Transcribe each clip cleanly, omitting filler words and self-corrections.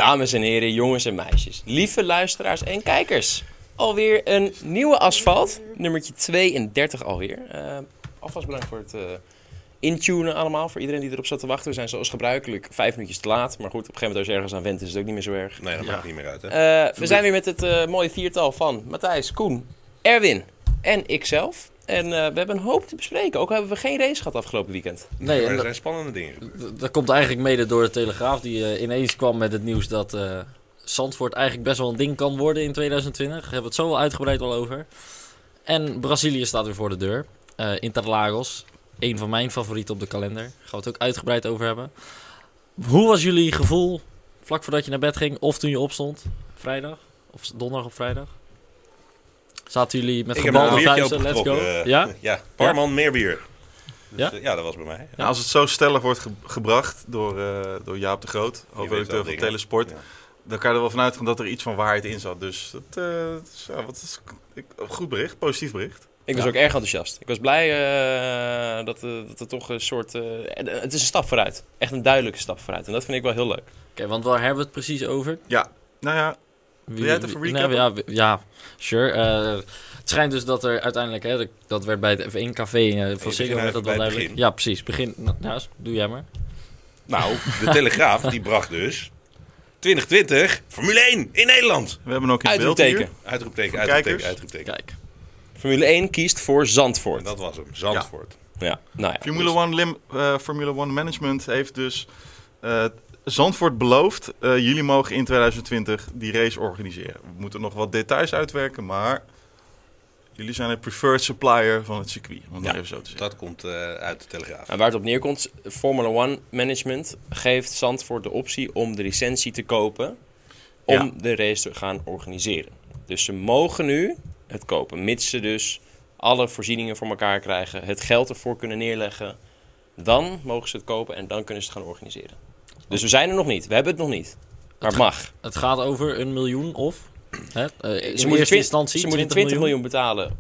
Dames en heren, jongens en meisjes, lieve luisteraars en kijkers. Alweer een nieuwe asfalt, nummertje 32 alweer. Alvast bedankt voor het intunen allemaal, voor iedereen die erop zat te wachten. We zijn zoals gebruikelijk 5 minuutjes te laat, maar goed, op een gegeven moment als je ergens aan went is het ook niet meer zo erg. Nee, dat maakt niet meer uit. Hè? We zijn weer met het mooie viertal van Matthijs, Koen, Erwin en ikzelf. En we hebben een hoop te bespreken. Ook hebben we geen race gehad afgelopen weekend. Nee, maar er zijn spannende dingen. Dat komt eigenlijk mede door de Telegraaf die ineens kwam met het nieuws dat Zandvoort eigenlijk best wel een ding kan worden in 2020. Daar hebben we het zo wel uitgebreid al over. En Brazilië staat weer voor de deur. Interlagos, een van mijn favorieten op de kalender. Daar gaan we het ook uitgebreid over hebben. Hoe was jullie gevoel vlak voordat je naar bed ging of toen je opstond? Vrijdag? Of donderdag of vrijdag? Zaten jullie met gebalde vuisten? Let's go. Ja, Parman, meer bier. Dus, Ja? dat was bij mij. Ja, als het zo stellig wordt gebracht door Jaap de Groot, hoofdredacteur van Telesport, dan kan je er wel vanuit gaan dat er iets van waarheid in zat. Dus dat is goed bericht, positief bericht. Ik was ook erg enthousiast. Ik was blij dat er toch een soort... het is een stap vooruit. Echt een duidelijke stap vooruit. En dat vind ik wel heel leuk. Oké, want waar hebben we het precies over? Ja, nou ja... Wil jij het even recappen? Ja, sure. Het schijnt dus dat er uiteindelijk, dat werd bij het F1 Café van Ziggo, werd dat wel duidelijk. Ja, precies. Doe jij maar. Nou, de Telegraaf die bracht dus 2020 Formule 1 in Nederland. We hebben ook in beeld hier. Uitroepteken. Kijk. Formule 1 kiest voor Zandvoort. En dat was hem, Zandvoort. Ja, nou ja. Formule 1 Management heeft dus Zandvoort beloofd, jullie mogen in 2020 die race organiseren. We moeten nog wat details uitwerken, maar jullie zijn een preferred supplier van het circuit. Om het even zo te zeggen. Dat komt uit de Telegraaf. En waar het op neerkomt, Formula 1 Management geeft Zandvoort de optie om de licentie te kopen om de race te gaan organiseren. Dus ze mogen nu het kopen, mits ze dus alle voorzieningen voor elkaar krijgen, het geld ervoor kunnen neerleggen. Dan mogen ze het kopen en dan kunnen ze het gaan organiseren. Dus we zijn er nog niet. We hebben het nog niet. Maar het mag. Het gaat over 1 miljoen of? Ze moeten 20 miljoen betalen.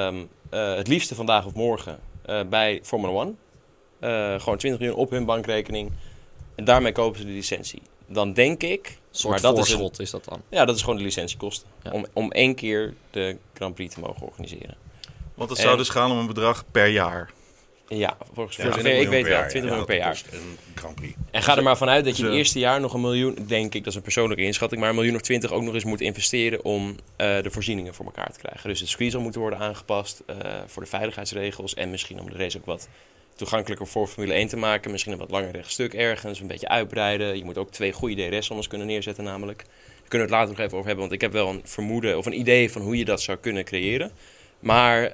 Het liefste vandaag of morgen bij Formula 1. Gewoon 20 miljoen op hun bankrekening. En daarmee kopen ze de licentie. Dan denk ik... Een soort voorschot is dat dan? Ja, dat is gewoon de licentiekosten. Ja. Om 1 keer de Grand Prix te mogen organiseren. Want het zou dus gaan om een bedrag per jaar. Ja, volgens mij. Ik weet wel, 20 miljoen per jaar. Een Grand Prix. En ga er maar vanuit dat je in het eerste jaar nog 1 miljoen, denk ik, dat is een persoonlijke inschatting, maar 1 miljoen of 20 ook nog eens moet investeren om de voorzieningen voor elkaar te krijgen. Dus het circuit zal moeten worden aangepast voor de veiligheidsregels en misschien om de race ook wat toegankelijker voor Formule 1 te maken. Misschien een wat langer rechtstuk ergens, een beetje uitbreiden. Je moet ook 2 goede DRS-zones kunnen neerzetten namelijk. Daar kunnen we het later nog even over hebben, want ik heb wel een vermoeden of een idee van hoe je dat zou kunnen creëren. Maar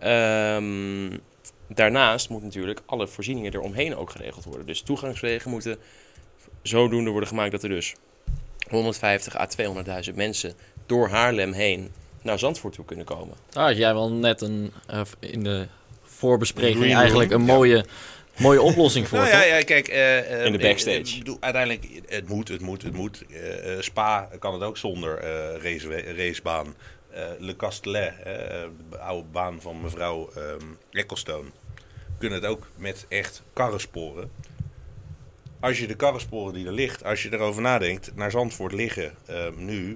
daarnaast moet natuurlijk alle voorzieningen eromheen ook geregeld worden. Dus toegangswegen moeten zodoende worden gemaakt dat er dus 150 à 200.000 mensen door Haarlem heen naar Zandvoort toe kunnen komen. Daar jij wel net in de voorbespreking eigenlijk een mooie oplossing voor. Nou ja, kijk. In de backstage. Ik bedoel, uiteindelijk, het moet. Spa kan het ook zonder racebaan. Le Castellet, de oude baan van mevrouw Ecclestone, kunnen het ook met echt karrensporen. Als je de karrensporen die er ligt, als je erover nadenkt, naar Zandvoort liggen nu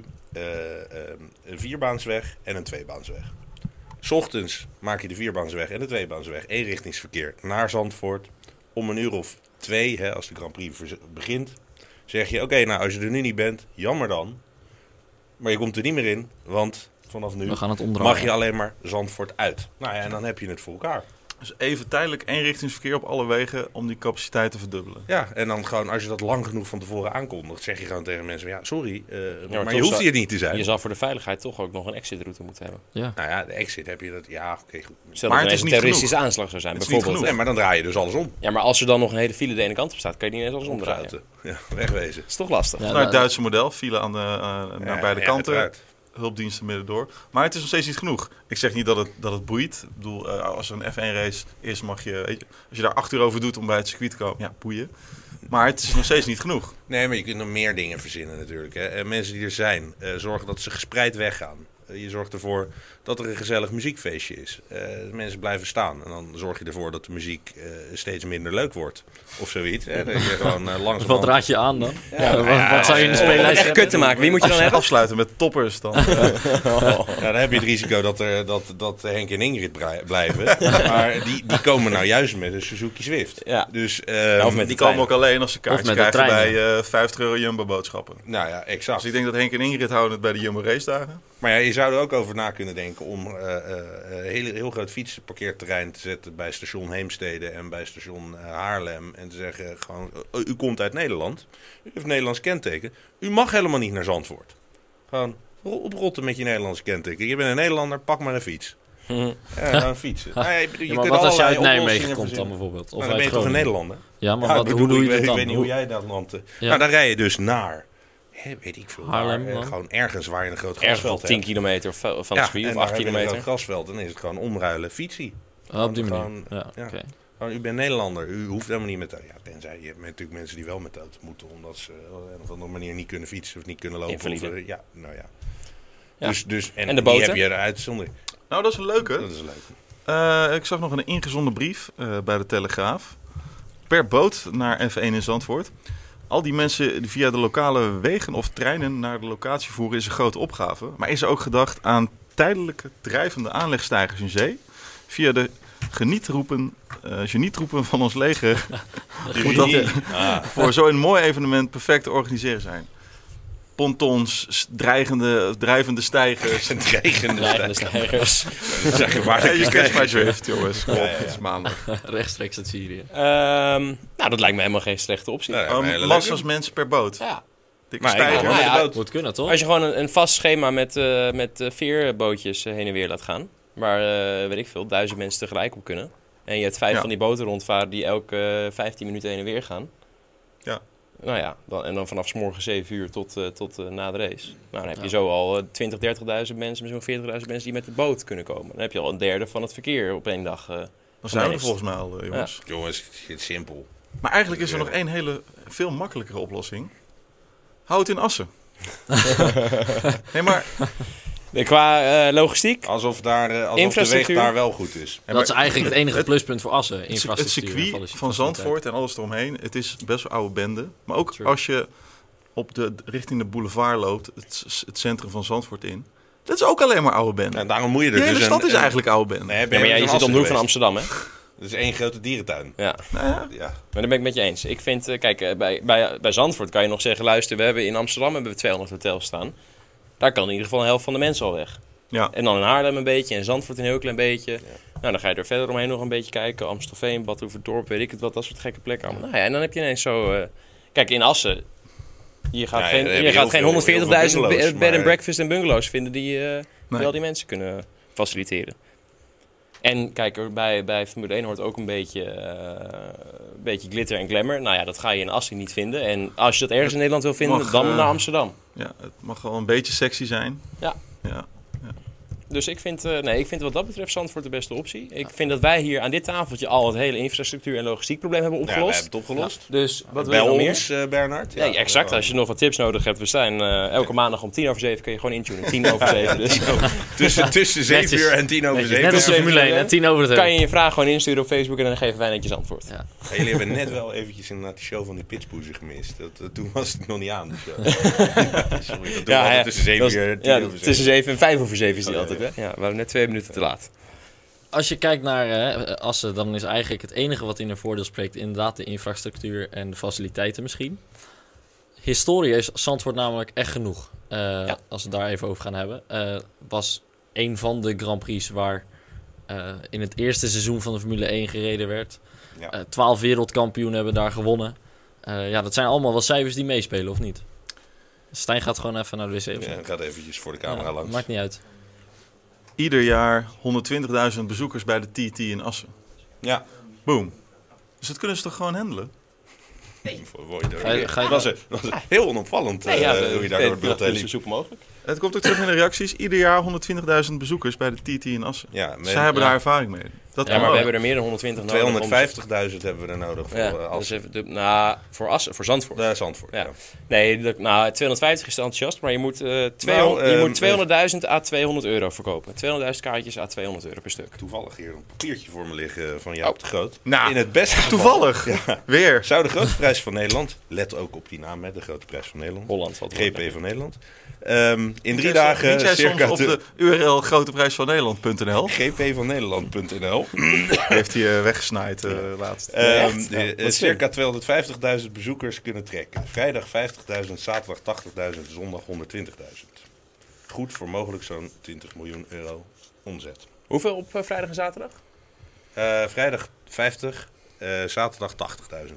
een 4-baansweg en een 2-baansweg. 's Ochtends maak je de 4-baansweg en de 2-baansweg eenrichtingsverkeer naar Zandvoort. Om 1:02, als de Grand Prix begint, zeg je oké, nou als je er nu niet bent, jammer dan. Maar je komt er niet meer in, want vanaf nu mag je alleen maar Zandvoort uit. Nou ja, en dan heb je het voor elkaar. Dus even tijdelijk eenrichtingsverkeer op alle wegen om die capaciteit te verdubbelen. Ja, en dan gewoon als je dat lang genoeg van tevoren aankondigt, zeg je gewoon tegen mensen, ja, sorry, maar je hoeft hier niet te zijn. Je zal voor de veiligheid toch ook nog een exitroute moeten hebben. Ja. Nou ja, de exit heb je dat, ja, oké, goed. Stel dat er een terroristische aanslag zou zijn, bijvoorbeeld. Nee, maar dan draai je dus alles om. Ja, maar als er dan nog een hele file de ene kant op staat, kan je niet eens alles omdraaien. Ja, wegwezen. Dat is toch lastig. Ja, het Duitse model, file naar beide kanten. Uiteraard. Hulpdiensten midden door. Maar het is nog steeds niet genoeg. Ik zeg niet dat het boeit. Ik bedoel, als er een F1-race is, mag je... als je daar 8 uur over doet om bij het circuit te komen, ja, boeien. Maar het is nog steeds niet genoeg. Nee, maar je kunt nog meer dingen verzinnen natuurlijk. Hè. En mensen die er zijn, zorgen dat ze gespreid weggaan. Je zorgt ervoor dat er een gezellig muziekfeestje is. Mensen blijven staan. En dan zorg je ervoor dat de muziek steeds minder leuk wordt. Of zoiets. Dat je gewoon langzaam... Wat raad je aan dan? Wat zou je in de speellijst echt kut te maken. Wie moet je dan hebben? Afsluiten met toppers dan. Dan heb je het risico dat Henk en Ingrid blijven. Maar die komen nou juist met een Suzuki Swift. Ja. Dus, Of met Die komen ook alleen als ze kaartjes met de krijgen trein, €50 bij €50 Jumbo boodschappen. Nou ja, exact. Dus ik denk dat Henk en Ingrid houden het bij de Jumbo race dagen. Maar ja, je zou er ook over na kunnen denken om heel groot fietsparkeerterrein te zetten bij station Heemstede en bij station Haarlem. En te zeggen gewoon, u komt uit Nederland, u heeft een Nederlands kenteken. U mag helemaal niet naar Zandvoort. Gewoon oprotten met je Nederlandse kenteken. Je bent een Nederlander, pak maar een fiets. Gaan fietsen. Maar wat als je uit Nijmegen komt dan bijvoorbeeld? Of dan ben je toch een Nederlander? Ja, maar hoe doe je dat dan? Ik weet niet hoe jij dat land... Nou, dan rij je dus naar... weet ik veel. Haarlem, gewoon ergens waar je een groot Ergens grasveld wel hebt. 10 kilometer van het circuit, of 8 Een kilometer. groot grasveld, dan is het gewoon omruilen, fietsie. Op die manier. Gewoon, Ja, oké. Gewoon, u bent Nederlander, u hoeft helemaal niet met de... Ja, tenzij je hebt natuurlijk mensen die wel met de auto moeten, omdat ze op een of andere manier niet kunnen fietsen of niet kunnen lopen. Invalide. Of, ja, nou ja. Ja. Dus, En die de boten? heb je eruit zonder. Nou, dat is een leuke. Dat is leuk. Ik zag nog een ingezonden brief bij de Telegraaf. Per boot naar F1 in Zandvoort. Al die mensen die via de lokale wegen of treinen naar de locatie voeren is een grote opgave. Maar is er ook gedacht aan tijdelijke drijvende aanlegstijgers in zee? Via de genietroepen van ons leger moet dat voor zo'n mooi evenement perfect te organiseren zijn. Pontons, drijvende stijgers. Drijvende stijgers. Je kunt maar Zwift, jongens. Kom op, het is maandag. Rechtstreeks uit Syrië. Nou, dat lijkt me helemaal geen slechte optie. Massa's mensen per boot. Ja. Dikke Maar stijger. Nou ja, Moet kunnen, toch? Als je gewoon een vast schema met veerbootjes heen en weer laat gaan, waar, weet ik veel, 1000 mensen tegelijk op kunnen. En je hebt 5 van die boten rondvaren die elke 15 minuten heen en weer gaan. Ja. Nou ja, dan vanaf 's morgens 7 uur tot na de race. Nou, dan heb je zo al 20.000, 30.000 mensen, misschien 40.000 mensen die met de boot kunnen komen. Dan heb je al een derde van het verkeer op één dag. Dan zijn we er volgens mij al, jongens. Jongens, het is simpel. Maar eigenlijk is er nog één veel makkelijkere oplossing. Hou het in Assen. Nee, maar... Qua logistiek? Alsof de weg daar wel goed is. Dat is eigenlijk het enige pluspunt voor Assen. Het Infrastructuur. circuit van Zandvoort en alles eromheen, het is best wel oude bende. Maar ook als je richting de boulevard loopt, het centrum van Zandvoort in. Dat is ook alleen maar oude bende. En daarom moet je er De hele dus stad is eigenlijk oude bende. Nee, Ja, maar je zit om de hoek van Amsterdam, hè? Dat is één grote dierentuin. Ja. Nou ja. Ja. Maar daar ben ik met je eens. Ik vind, kijk, bij Zandvoort kan je nog zeggen, luister, we hebben in Amsterdam 200 hotels staan. Daar kan in ieder geval een helft van de mensen al weg. Ja. En dan in Haarlem een beetje en Zandvoort een heel klein beetje. Ja. Nou, dan ga je er verder omheen nog een beetje kijken. Amstelveen, Bad Hoeverdorp, weet ik het wat, dat soort gekke plekken allemaal. Nou ja, en dan heb je ineens zo... Kijk, in Assen, je gaat geen 140.000 bed and breakfast en bungalows vinden die wel die mensen kunnen faciliteren. En kijk, bij Formule 1 hoort ook een beetje glitter en glamour. Nou ja, dat ga je in Assen niet vinden. En als je dat ergens in Nederland wil vinden, dan naar Amsterdam. Ja, het mag wel een beetje sexy zijn. Ja. Dus ik vind wat dat betreft Zandvoort de beste optie. Ik vind dat wij hier aan dit tafeltje al het hele infrastructuur- en logistiekprobleem hebben opgelost. Ja, wij hebben het opgelost. Ja. Dus wat wil je nog meer? Bernard. Ja, exact. Als je nog wat tips nodig hebt, we zijn elke maandag om 7:10 kun je gewoon intunen. 7:10. Dus. Tussen 7 uur en 7:10. Net als de Formule 1, en 10:10. Kan je je vraag gewoon insturen op Facebook en dan geven wij netjes antwoord. Ja. Ja, jullie hebben net wel eventjes inderdaad die show van die Pitspoezen gemist. Toen was het nog niet aan. Dus sorry, dat doen we altijd tussen 7 uur en 10:07. Tussen 7 en 5:07 is die altijd, hè? Ja, we waren net 2 minuten te laat. Als je kijkt naar Assen, dan is eigenlijk het enige wat in een voordeel spreekt inderdaad de infrastructuur en de faciliteiten misschien. Historie is Zandvoort namelijk echt genoeg. Als we het daar even over gaan hebben. Was een van de Grand Prix waar in het eerste seizoen van de Formule 1 gereden werd. 12 wereldkampioenen hebben daar gewonnen. Dat zijn allemaal wel cijfers die meespelen, of niet? Stijn gaat gewoon even naar de wc. Ja, gaat eventjes voor de camera langs. Maakt niet uit. Ieder jaar 120.000 bezoekers bij de TT in Assen. Ja. Boom. Dus dat kunnen ze toch gewoon handelen? Dat was heel onopvallend hoe je daar door het beeld heen liep. Zo zoek mogelijk. Het komt ook terug in de reacties. Ieder jaar 120.000 bezoekers bij de TT in Assen. Ja, Zij hebben daar ervaring mee. Dat maar we hebben er meer dan 120 nodig. 250.000 hebben we er nodig voor Assen. Dus voor Assen, voor Zandvoort. Zandvoort, ja. Nee, 250 is te enthousiast, maar je moet, je moet 200.000 à €200 verkopen. 200.000 kaartjes à €200 per stuk. Toevallig hier een papiertje voor me liggen van Jaap de Groot. Nou, in het beste geval, toevallig. Weer. Zou de Grote Prijs van Nederland, let ook op die naam, de Grote Prijs van Nederland. Holland. GP van Nederland. In 3 dagen jij circa soms op de URL groteprijsvannederland.nl. gpvannederland.nl. Heeft hij weggesnaaid laatst. Circa 250.000 bezoekers kunnen trekken. Vrijdag 50.000, zaterdag 80.000, zondag 120.000. Goed voor mogelijk zo'n €20 miljoen omzet. Hoeveel op vrijdag en zaterdag? Vrijdag 50, zaterdag 80.000.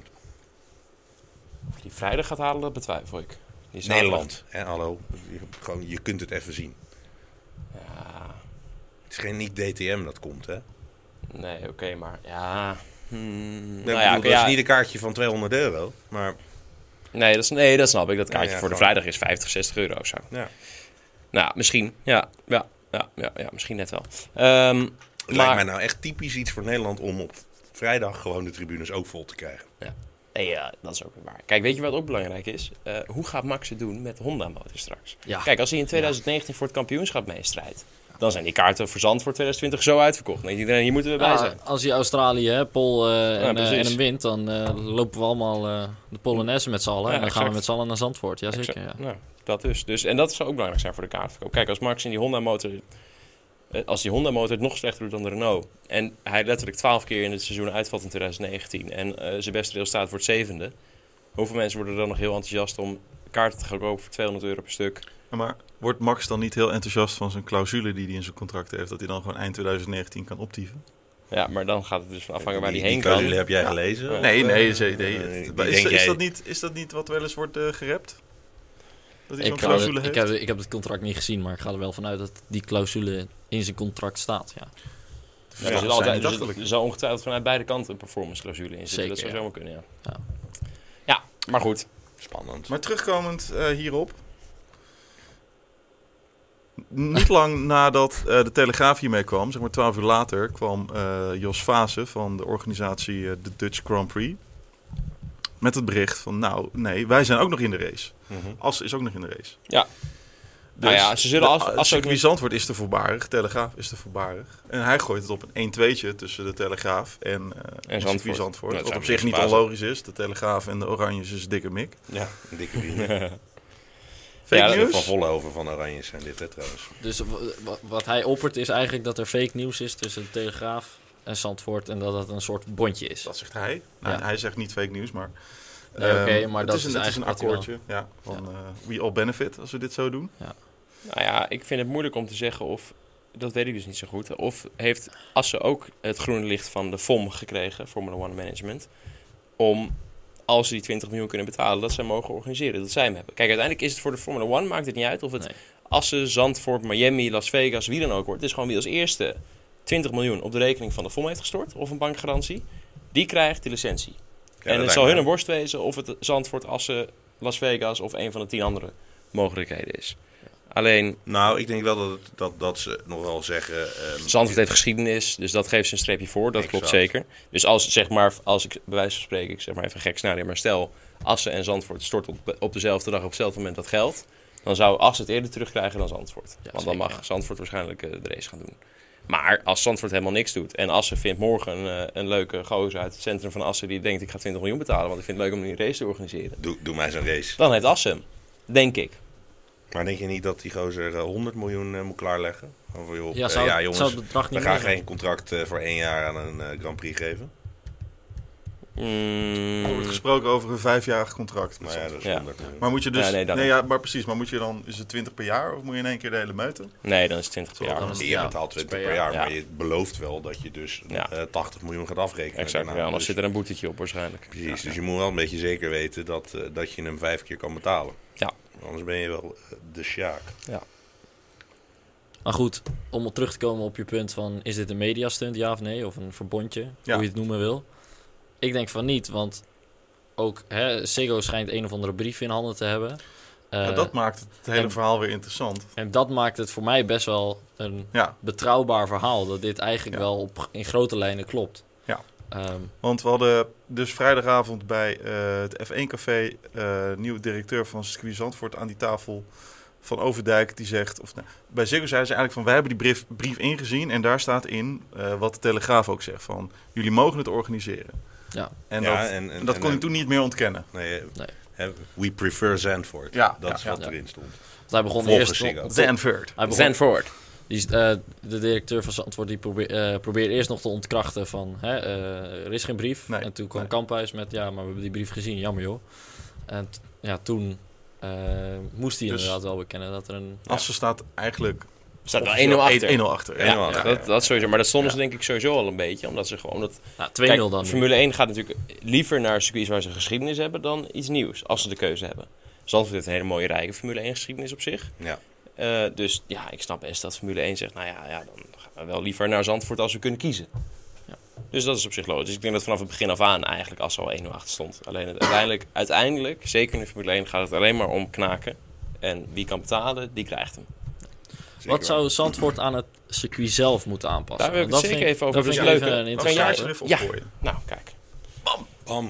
Of die vrijdag gaat halen, dat betwijfel ik. Nederland. Hallo. Je kunt het even zien. Ja. Het is niet DTM dat komt, hè? Nee, oké, maar ja... dat is niet een kaartje van €200, maar... Nee, dat snap ik. Dat kaartje voor de vrijdag is €50-60 of zo. Ja. Nou, misschien. Ja, misschien net wel. Het lijkt mij nou echt typisch iets voor Nederland om op vrijdag gewoon de tribunes ook vol te krijgen. Ja. Ja, dat is ook weer waar. Kijk, weet je wat ook belangrijk is? Hoe gaat Max het doen met de Honda-motor straks? Ja. Kijk, als hij in 2019 voor het kampioenschap meestrijdt, dan zijn die kaarten voor Zandvoort 2020 zo uitverkocht. Dan denkt iedereen, hier moeten we bij zijn. Als hij Australië, Pol en hem wint, dan lopen we allemaal de Polonaise met z'n allen. En dan gaan we met z'n allen naar Zandvoort. Jazeker. Ja. Nou, dat dus. En dat zou ook belangrijk zijn voor de kaartverkoop. Kijk, als Max in die Honda-motor... Als die Honda-motor het nog slechter doet dan de Renault... en hij letterlijk 12 keer in het seizoen uitvalt in 2019... en zijn beste resultaat wordt 7e... hoeveel mensen worden er dan nog heel enthousiast om kaarten te gaan kopen voor €200 per stuk? Maar wordt Max dan niet heel enthousiast van zijn clausule die hij in zijn contract heeft... dat hij dan gewoon eind 2019 kan optieven? Ja, maar dan gaat het dus van afhangen waar hij heen die kan. clausule heb jij gelezen? Nee. Is dat niet wat wel eens wordt gerept? Dat hij zo'n clausule heeft? Ik heb het contract niet gezien, maar ik ga er wel vanuit dat die clausule in zijn contract staat. Ja. Er zal ongetwijfeld vanuit beide kanten een performance clausule in zitten. Zeker, dat zou zomaar kunnen, ja, maar goed. Spannend. Maar terugkomend hierop. Niet lang nadat de Telegraaf hiermee kwam, zeg maar 12 uur later, kwam Jos Vase van de organisatie de Dutch Grand Prix. Met het bericht van, nee, wij zijn ook nog in de race. Assen is ook nog in de race. Ja. Dus ze zullen circuit Zandvoort is te voorbarig, Telegraaf is te voorbarig. En hij gooit het op een 1-2'tje tussen de Telegraaf en circuit Zandvoort. Nou, wat op zich niet onlogisch is. De Telegraaf en de Oranjes is dikke mik. Ja, een dikke vrienden. Fake nieuws? Van Vollenhoven van Oranjes zijn dit, trouwens. Dus wat hij oppert is eigenlijk dat er fake nieuws is tussen de Telegraaf en Zandvoort... en dat het een soort bondje is. Dat zegt hij. Nou, hij zegt niet fake nieuws, maar... maar het is een akkoordje van we all benefit als we dit zo doen. Ja. Nou ja, ik vind het moeilijk om te zeggen of... Dat weet ik dus niet zo goed. Of heeft Assen ook het groene licht van de FOM gekregen, Formula One Management... om, als ze die 20 miljoen kunnen betalen, dat zij mogen organiseren. Dat zij hem hebben. Kijk, uiteindelijk is het voor de Formula One, maakt het niet uit of het Assen, Zandvoort, Miami, Las Vegas, wie dan ook wordt. Het is gewoon wie als eerste 20 miljoen op de rekening van de FOM heeft gestort, of een bankgarantie, die krijgt de licentie. Ja, en het zal hun een worst wezen of het Zandvoort, Assen, Las Vegas of een van de 10 andere mogelijkheden is. Alleen... Nou, ik denk wel dat ze nog wel zeggen... Zandvoort heeft geschiedenis, dus dat geeft ze een streepje voor. Dat klopt zeker. Dus als ik bij wijze van spreken, ik zeg maar even een gek scenario, maar stel Assen en Zandvoort stort op dezelfde dag op hetzelfde moment dat geld, dan zou Assen het eerder terugkrijgen dan Zandvoort. Ja, want dan mag Zandvoort waarschijnlijk de race gaan doen. Maar als Zandvoort helemaal niks doet en Assen vindt morgen een leuke gozer uit het centrum van Assen die denkt ik ga 20 miljoen betalen, want ik vind het leuk om een race te organiseren. Doe mij zo'n race. Dan heeft Assen hem, denk ik. Maar denk je niet dat die gozer 100 miljoen moet klaarleggen? Jongens, we gaan geen contract voor 1 jaar aan een Grand Prix geven. Er wordt gesproken over een 5-jarig contract. Maar dat is 100 miljoen. Maar moet je dus... maar precies. Maar moet je dan... Is het 20 per jaar of moet je in één keer de hele meute? Nee, dan is het 20 per jaar. Je betaalt 20 per jaar, maar je belooft wel dat je dus 80 miljoen gaat afrekenen. Exact, anders zit er een boetetje op waarschijnlijk. Precies, dus je moet wel een beetje zeker weten dat je hem 5 keer kan betalen. Ja. Anders ben je wel de sjaak. Ja. Maar goed, om op terug te komen op je punt van... is dit een mediastunt, ja of nee? Of een verbondje, hoe je het noemen wil. Ik denk van niet, want ook Ziggo schijnt een of andere brief in handen te hebben. Dat maakt het hele verhaal weer interessant. En dat maakt het voor mij best wel een betrouwbaar verhaal. Dat dit eigenlijk wel in grote lijnen klopt. Ja, want we hadden dus vrijdagavond bij het F1-café... nieuwe directeur van circuit Zandvoort aan die tafel van Overdijk. Die zegt... bij Ziggo zeiden ze eigenlijk van... wij hebben die brief ingezien en daar staat in... wat de Telegraaf ook zegt. Van, jullie mogen het organiseren. Ja. En dat kon hij toen niet meer ontkennen. Nee. We prefer Zandvoort. Dat is wat erin stond. Want hij begon Volgens eerst... Zandvoort. Zandvoort. De directeur van Zandvoort die probeerde eerst nog te ontkrachten van... er is geen brief. Nee. En toen kwam Kamphuis met... ja, maar we hebben die brief gezien. Jammer joh. En toen moest hij inderdaad wel bekennen dat er een... Assen staat eigenlijk... staat wel 1-0 achter. 1-0 achter. Dat sowieso. Maar dat stonden ze denk ik sowieso al een beetje. Omdat ze gewoon... 2-0 dan. Formule 1 gaat natuurlijk liever naar circuits waar ze geschiedenis hebben dan iets nieuws. Als ze de keuze hebben. Zandvoort heeft een hele mooie rijke Formule 1 geschiedenis op zich. Ja. Dus ja, ik snap best dat Formule 1 zegt... dan gaan we wel liever naar Zandvoort als we kunnen kiezen. Ja. Dus dat is op zich logisch. Dus ik denk dat vanaf het begin af aan eigenlijk als al 1-0 achter stond. Alleen uiteindelijk, zeker in de Formule 1, gaat het alleen maar om knaken. En wie kan betalen, die krijgt hem. Wat zou Zandvoort aan het circuit zelf moeten aanpassen? Daar wil ik zeker even over. Dat is vind ik leuk. een interessante. Nou, kijk. Bam.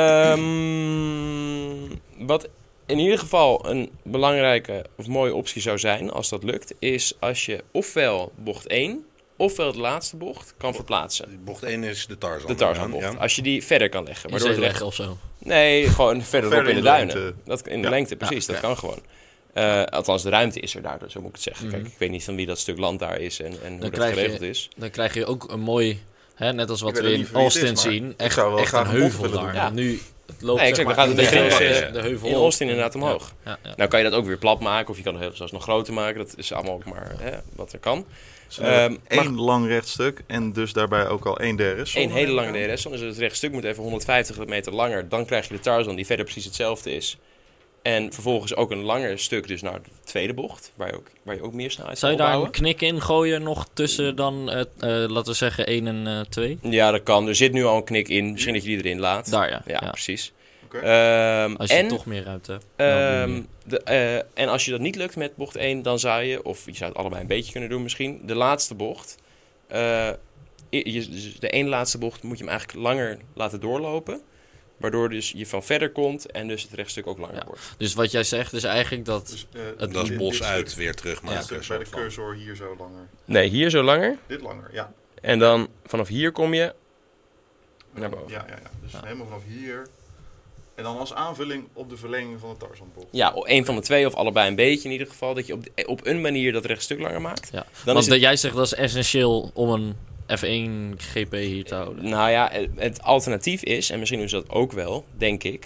Wat in ieder geval een belangrijke of mooie optie zou zijn, als dat lukt, is als je ofwel bocht 1, ofwel de laatste bocht kan verplaatsen. Bocht 1 is de Tarzan. De Tarzanbocht. Ja. Als je die verder kan leggen. Waardoor het leggen of zo? Nee, gewoon verderop in de duinen. In de lengte, precies. Ja. Dat kan gewoon. Althans, de ruimte is er daardoor, zo moet ik het zeggen. Kijk, ik weet niet van wie dat stuk land daar is en hoe dat geregeld is. Dan krijg je ook een mooi, net als wat we in Austin zien, echt een heuvel daar. Ja. Nu loopt dan gaat het de heuvel in Austin inderdaad omhoog. Ja. Nou kan je dat ook weer plat maken of je kan de heuvel zelfs nog groter maken. Dat is allemaal ook maar wat er kan. Eén lang rechtstuk en dus daarbij ook al 1 DRS. Eén hele lange DRS. Dus het rechtstuk moet even 150 meter langer. Dan krijg je de Tarzan die verder precies hetzelfde is. En vervolgens ook een langer stuk dus naar de tweede bocht, waar je ook meer snelheid kan opbouwen. Zou je daar een knik in gooien nog tussen dan, laten we zeggen, 1 en 2? Ja, dat kan. Er zit nu al een knik in. Misschien dat je die erin laat. Daar, ja. Precies. Okay. Als je toch meer ruimte hebt. En als je dat niet lukt met bocht 1, dan zou je, of je zou het allebei een beetje kunnen doen misschien, de laatste bocht. Dus de ene laatste bocht moet je hem eigenlijk langer laten doorlopen. Waardoor dus je van verder komt en dus het rechtstuk ook langer wordt. Dus wat jij zegt is eigenlijk dat... Dus, dat is bos uit weer terugmaken. Bij de cursor hier zo langer. Nee, hier zo langer. Dit langer, ja. En dan vanaf hier kom je naar boven. Ja. Dus helemaal vanaf hier. En dan als aanvulling op de verlenging van de Tarzanbocht. Ja, een van de twee of allebei een beetje in ieder geval. Dat je op een manier dat rechtstuk langer maakt. Ja. Want jij zegt dat is essentieel om een F1 GP hier te houden. Nou ja, het alternatief is, en misschien is dat ook wel, denk ik.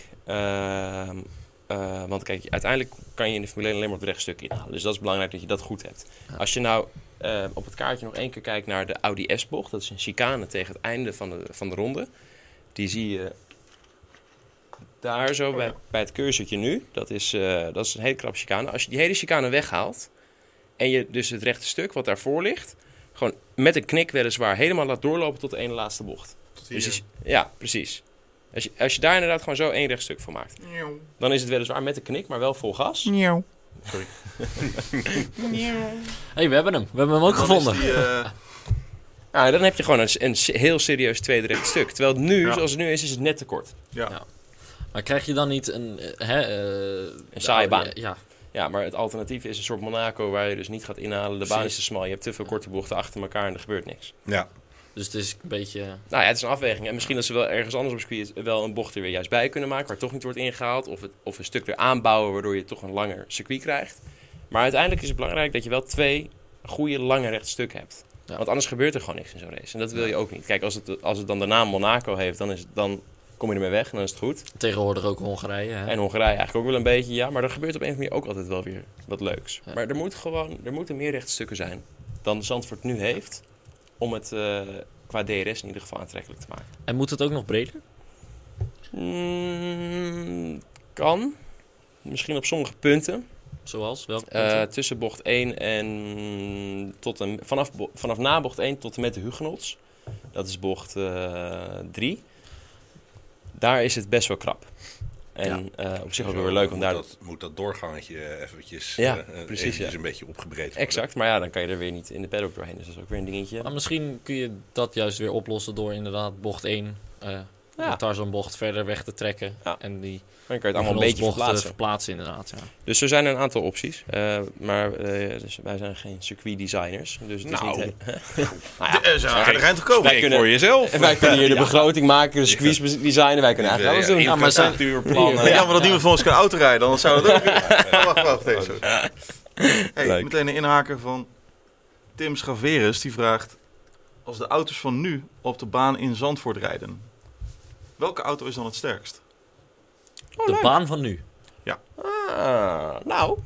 Want kijk, uiteindelijk kan je in de Formule 1 alleen maar op het rechtstuk inhalen. Dus dat is belangrijk dat je dat goed hebt. Ja. Als je nou op het kaartje nog 1 keer kijkt naar de Audi S-bocht. Dat is een chicane tegen het einde van de ronde. Die zie je daar zo bij het cursortje nu. Dat is een hele krap chicane. Als je die hele chicane weghaalt en je dus het rechte stuk wat daarvoor ligt, gewoon met een knik weliswaar helemaal laat doorlopen tot de ene laatste bocht. Dus ja, precies. Als je daar inderdaad gewoon zo 1 rechtstuk van maakt, dan is het weliswaar met een knik, maar wel vol gas. Sorry. Hey, we hebben hem ook gevonden. Dan heb je gewoon een heel serieus tweede rechtstuk. Terwijl het nu, zoals het nu is het net te kort. Ja. Maar krijg je dan niet een saaie baan? Ja. Ja, maar het alternatief is een soort Monaco waar je dus niet gaat inhalen. De baan is te smal. Je hebt te veel korte bochten achter elkaar en er gebeurt niks. Ja. Dus het is een beetje... Nou ja, het is een afweging. En misschien dat ze wel ergens anders op circuit wel een bocht er weer juist bij kunnen maken, waar toch niet wordt ingehaald. Of een stuk er aanbouwen, waardoor je toch een langer circuit krijgt. Maar uiteindelijk is het belangrijk dat je wel 2 goede lange rechtstukken hebt. Ja. Want anders gebeurt er gewoon niks in zo'n race. En dat wil je ook niet. Kijk, als het dan de naam Monaco heeft, dan kom je ermee weg en dan is het goed. Tegenwoordig ook Hongarije. Hè? En Hongarije eigenlijk ook wel een beetje, ja. Maar er gebeurt op een of andere manier ook altijd wel weer wat leuks. Ja. Maar er moeten meer rechtstukken zijn dan Zandvoort nu heeft, om het qua DRS in ieder geval aantrekkelijk te maken. En moet het ook nog breder? Kan. Misschien op sommige punten. Zoals? Welke punten? Tussen bocht 1 en vanaf na bocht 1 tot en met de Hugenots. Dat is bocht 3. Daar is het best wel krap. En op zich ook weer leuk om daar... Moet dat doorgangetje eventjes, precies, een beetje opgebreed worden. Exact, maar ja, dan kan je er weer niet in de paddock doorheen. Dus dat is ook weer een dingetje. Maar misschien kun je dat juist weer oplossen door inderdaad bocht 1... de Tarzanbocht verder weg te trekken. Ja. En die dan kan je het allemaal een beetje verplaatsen inderdaad. Ja. Dus er zijn een aantal opties. Maar dus wij zijn geen circuitdesigners. Dus het is niet... ruimte komen voor jezelf. Wij kunnen hier de begroting maken, de circuits designen. Wij kunnen eigenlijk alles doen. Ja, maar infrastructuurplannen. Ja, maar dat niemand van ons kan autorijden. Dan zou dat ook... Wacht deze. Hey, meteen een inhaker van Tim Schaverus. Die vraagt... Als de auto's van nu op de baan in Zandvoort rijden... Welke auto is dan het sterkst? De baan van nu? Ja. Nou.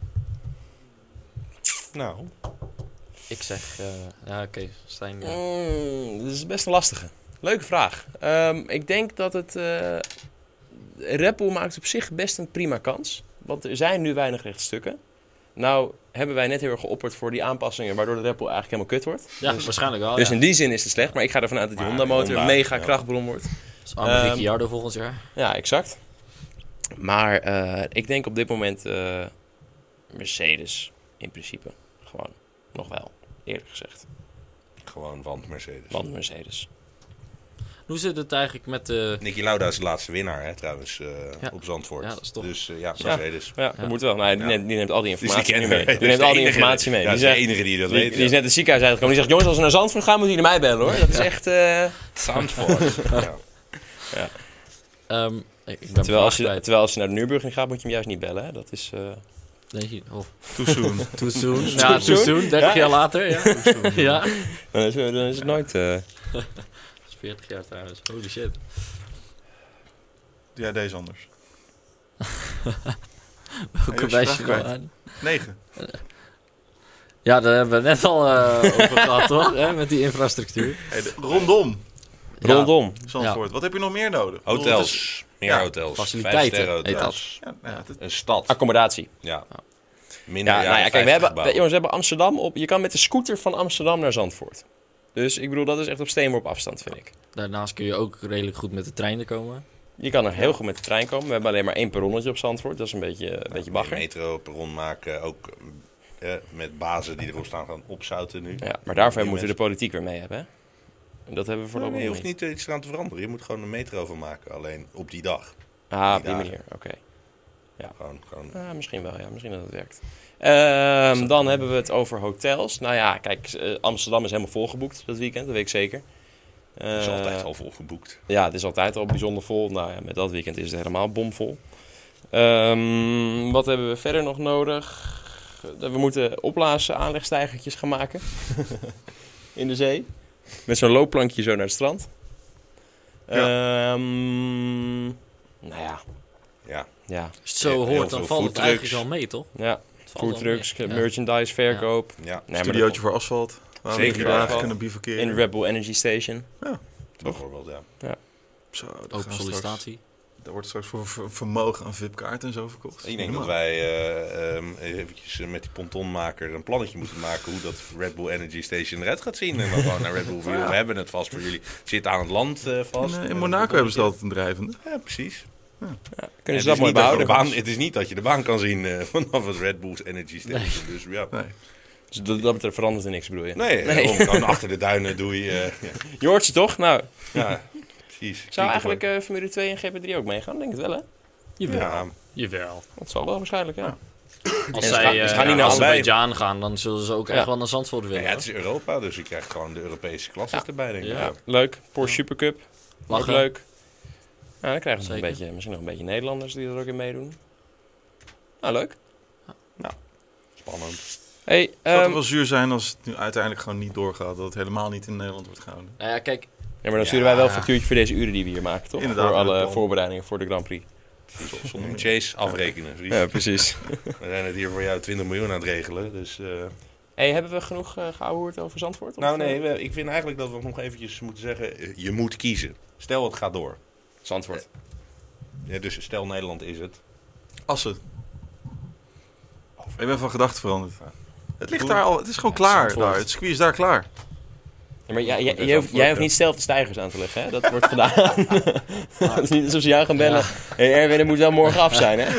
Ik zeg... oké. Stijn... Dit is best een lastige. Leuke vraag. Ik denk dat het... Red Bull maakt op zich best een prima kans. Want er zijn nu weinig rechtstukken. Nou hebben wij net heel erg geopperd voor die aanpassingen... waardoor de Red Bull eigenlijk helemaal kut wordt. Ja, dus, waarschijnlijk wel. Dus in die zin is het slecht. Maar ik ga ervan uit dat die Honda-motor een mega krachtbron wordt. Dus arme Ricciardo volgend jaar. Ja, exact. Maar ik denk op dit moment Mercedes in principe. Gewoon nog wel, eerlijk gezegd. Gewoon want Mercedes. Want Mercedes. Hoe zit het eigenlijk met de... Niki Lauda is de laatste winnaar, hè, trouwens, op Zandvoort. Ja, dat is toch... Dus Mercedes. Ja, dat moet wel. Nee, die neemt al die informatie mee. Die neemt al die informatie mee. Ja, die is de enige die dat weet. Die is net het ziekenhuis uitgekomen. Die zegt, jongens, als we naar Zandvoort gaan, moeten jullie mij bellen, hoor. Dat is echt... Zandvoort. Ja. Ik ben terwijl als je naar de Nürburgring gaat, moet je hem juist niet bellen. Hè? Dat is... Denk je? Too soon. Too soon. Ja, too soon. 30 jaar later. Ja. Ja. Dan is het nooit... Dat is 40 jaar trouwens. Holy shit. Ja, deze anders. Welke wijs je aan? 9. Ja, daar hebben we net al over gehad, toch? Met die infrastructuur. Hey, rondom. Rondom. Zandvoort. Wat heb je nog meer nodig? Hotels. Meer hotels. Faciliteiten. 5-sterren hotels. Een stad. Accommodatie. Ja. Kijk, we hebben Amsterdam op. Je kan met de scooter van Amsterdam naar Zandvoort. Dus ik bedoel, dat is echt op steenworp afstand, vind ik. Daarnaast kun je ook redelijk goed met de trein er komen. Je kan er heel goed met de trein komen. We hebben alleen maar 1 perronnetje op Zandvoort. Dat is een beetje bagger. Een metro perron maken, ook met bazen die erop staan gaan opzouten nu. Ja, maar daarvoor moeten we de politiek weer mee hebben, hè? En dat hebben we voorlopig je hoeft niet iets eraan te veranderen. Je moet gewoon een metro van maken, alleen op die dag. Op die manier, oké. Ja. Gewoon. Misschien wel, ja. Misschien dat het werkt. Dan hebben we het over hotels. Nou ja, kijk, Amsterdam is helemaal volgeboekt dat weekend, dat weet ik zeker. Het is altijd al volgeboekt. Ja, het is altijd al bijzonder vol. Nou ja, met dat weekend is het helemaal bomvol. Wat hebben we verder nog nodig? We moeten opblazen aanlegstijgertjes gaan maken. In de zee. Met zo'n loopplankje zo naar het strand. Ja. Nou ja. Als je het zo hoort, dan valt het eigenlijk wel mee, toch? Ja, foodtrucks, merchandise, verkoop. Ja. Nee, Studiootje voor asfalt. Waar we dagen kunnen bivakeren. In de Red Bull Energy Station. Ja. Bijvoorbeeld, ja. Zo, open sollicitatie. Daar wordt straks voor vermogen aan VIP-kaarten en zo verkocht. Ik denk dat wij eventjes met die pontonmaker een plannetje moeten maken hoe dat Red Bull Energy Station eruit gaat zien. En dan gewoon naar Red Bull View. We hebben het vast voor jullie. Het zit aan het land vast. In Monaco hebben ze altijd een drijvende. Ja, precies. Ja. Kunnen ze dat mooi behouden? Het is niet dat je de baan kan zien vanaf het Red Bull's Energy Station. Nee. Dus ja. Nee. Dus dat betreft verandert er niks, bedoel je? Nee. Gewoon achter de duinen doe je... Je hoort ze toch? Nou... Ja. Precies. Zou eigenlijk Formule 2 en GP3 ook meegaan? Denk het wel, hè? Jawel. Dat zal wel waarschijnlijk, ja. Als zij gaan niet naar Azerbeidzjan gaan, dan zullen ze ook echt wel naar Zandvoort willen. Ja, het is Europa, dus je krijgt gewoon de Europese klasses erbij, denk ik. Ja. Leuk. Porsche Supercup. Ook leuk. Ja, dan krijgen ze misschien nog een beetje Nederlanders die er ook in meedoen. Nou, leuk. Nou, spannend. Hey, zou het wel zuur zijn als het nu uiteindelijk gewoon niet doorgaat, dat het helemaal niet in Nederland wordt gehouden? Nou ja, kijk... Ja, maar dan sturen wij wel een factuurtje voor deze uren die we hier maken, toch? Inderdaad, voor alle voorbereidingen voor de Grand Prix. Zonder Chase afrekenen. Ja, precies. We zijn het hier voor jou 20 miljoen aan het regelen, dus... Hey, hebben we genoeg gehoord over Zandvoort? Nou nee, ik vind eigenlijk dat we nog eventjes moeten zeggen, je moet kiezen. Stel het gaat door. Zandvoort. Ja, dus stel Nederland is het. Assen. Ik ben van gedachten veranderd. Het ligt daar al, het is gewoon klaar daar. Het circuit is daar klaar. Ja, maar jij hoeft niet zelf de stijgers aan te leggen, hè? Dat wordt gedaan. Het is niet alsof ze jou gaan bellen. Hey Erwin, het moet wel morgen af zijn, hè?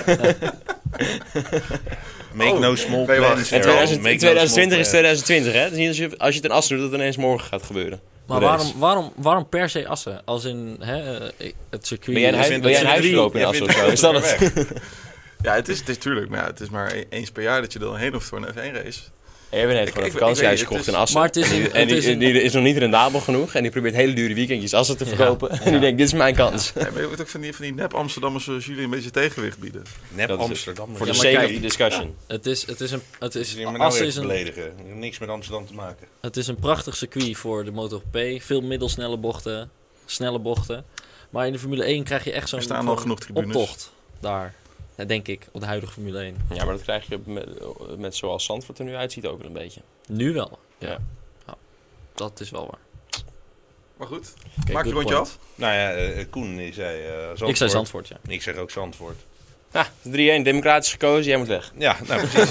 Make no small Nee, wacht. plans. En Harold. Make no 2020 is small 2020, hè? Het is niet als je het een as doet, dat het ineens morgen gaat gebeuren. Maar De race. waarom per se Assen? Als in het circuit... Ben jij een huisverloop in Assen of zo? Is dat het? Ja, het is tuurlijk, maar ja, het is maar eens per jaar dat je dan heen hoeft voor een F1-race. Erwin heeft gewoon een ik vakantiehuis weet- gekocht het in Assen. Maar het is een- En het is een- die is nog niet rendabel genoeg. En die probeert hele dure weekendjes Assen te verkopen. En die denkt, dit is mijn kans. Ja, maar je moet ook van die nep-Amsterdammers zoals jullie een beetje tegenwicht bieden. Nep Dat is Amsterdam. Voor Ja, de maar sake kijk, of the discussion. Het is Je me nou Assen weer is te een, beledigen. Niks met Amsterdam te maken. het is een prachtig circuit voor de MotoGP. Veel middelsnelle bochten, snelle bochten. Maar in de Formule 1 krijg je echt zo'n Er staan al genoeg tribunes. optocht daar. Ja, denk ik, op de huidige Formule 1. Ja, maar dat krijg je met zoals Zandvoort er nu uitziet ook wel een beetje. Nu wel. Ja. Ja, dat is wel waar. Maar goed, Oké, maak je good rondje point. af. Nou ja, Koen die zei Zandvoort. Ik zei Zandvoort, ja. Ik zeg ook Zandvoort. Ah, 3-1, democratisch gekozen, jij moet weg. Ja, nou precies.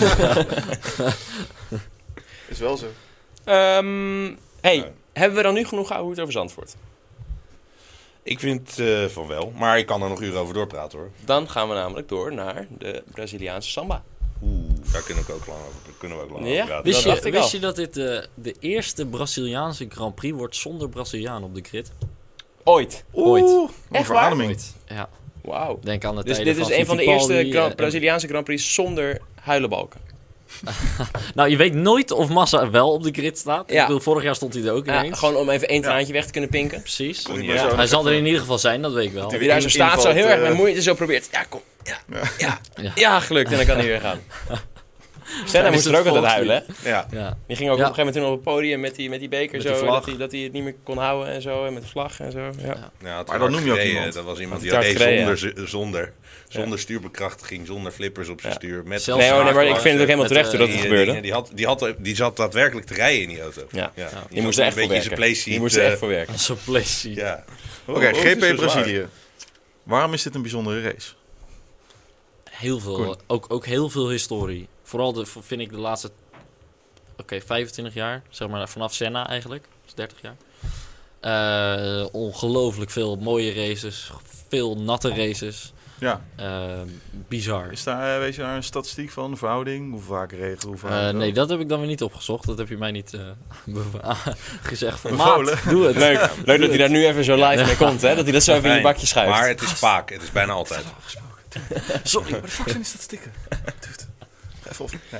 Is wel zo. Hey, hebben we dan nu genoeg gehoord over Zandvoort? Ik vind van wel. Maar ik kan er nog uren over doorpraten hoor. Dan gaan we namelijk door naar de Braziliaanse samba. Daar kunnen we ook lang over Ja? praten. Wist, Dat dacht ik wist al. je dat dit de eerste Braziliaanse Grand Prix wordt zonder Braziliaan op de grid? Ooit. Ooit. Oeh, Echt een verademing. Ooit. Ja, Wauw. denk aan de Dus tijden dit is van een van de Fittipaldi eerste en- Braziliaanse Grand Prix zonder huilenbalken. Nou, je weet nooit of Massa wel op de grid staat. Ja. Ik bedoel, vorig jaar stond hij er ook Ja, ineens. gewoon om even één traantje weg te kunnen pinken. Precies. Kon niet Ja. eens. Hij zal er in ieder geval zijn, dat weet ik wel. Wie daar zo staat, zo heel erg met moeite zo probeert. Ja, kom. Ja, gelukt. En dan kan hij weer gaan. Senna moest er ook altijd huilen, hè? Ja. Ja. Die ging ook Ja. op een gegeven moment toen op het podium met die beker Met zo. die vlag. Dat hij het niet meer kon houden en zo. En met de vlag en zo. Ja. Ja, Maar dan noem je ook gereden. iemand. Dat was iemand Had die hij reed hard gereden, zonder stuurbekrachtiging, zonder flippers op zijn Ja. stuur. Met Zelfs Nee, maar ik schakelaars, vind het ook helemaal met, terecht hoe dat het gebeurde. Die zat daadwerkelijk te rijden in die auto. Ja. Die Die moest er echt voor werken. Die moest er echt voor werken. Zo'n place. Ja. Oké, Oh, het is GP zo zwaar. Brazilië. Waarom is dit een bijzondere race? Heel veel, ook heel veel historie. Vooral vind ik de laatste 25 jaar, zeg maar vanaf Senna eigenlijk, dus 30 jaar. Ongelooflijk veel mooie races, veel natte races. Ja, Bizar. is daar, weet je daar een statistiek van, de verhouding? Hoe vaak regen, hoe vaak... Nee, dat heb ik dan weer niet opgezocht. Dat heb je mij niet gezegd. Van, Bevolen. maat, doe het. Leuk dat hij daar nu even zo live mee komt, hè? Dat hij dat zo even in je bakje schuift. Maar het is vaak. Het is bijna altijd. Sorry, maar de fuck zijn die statistieken? Dude. Even op. Nee.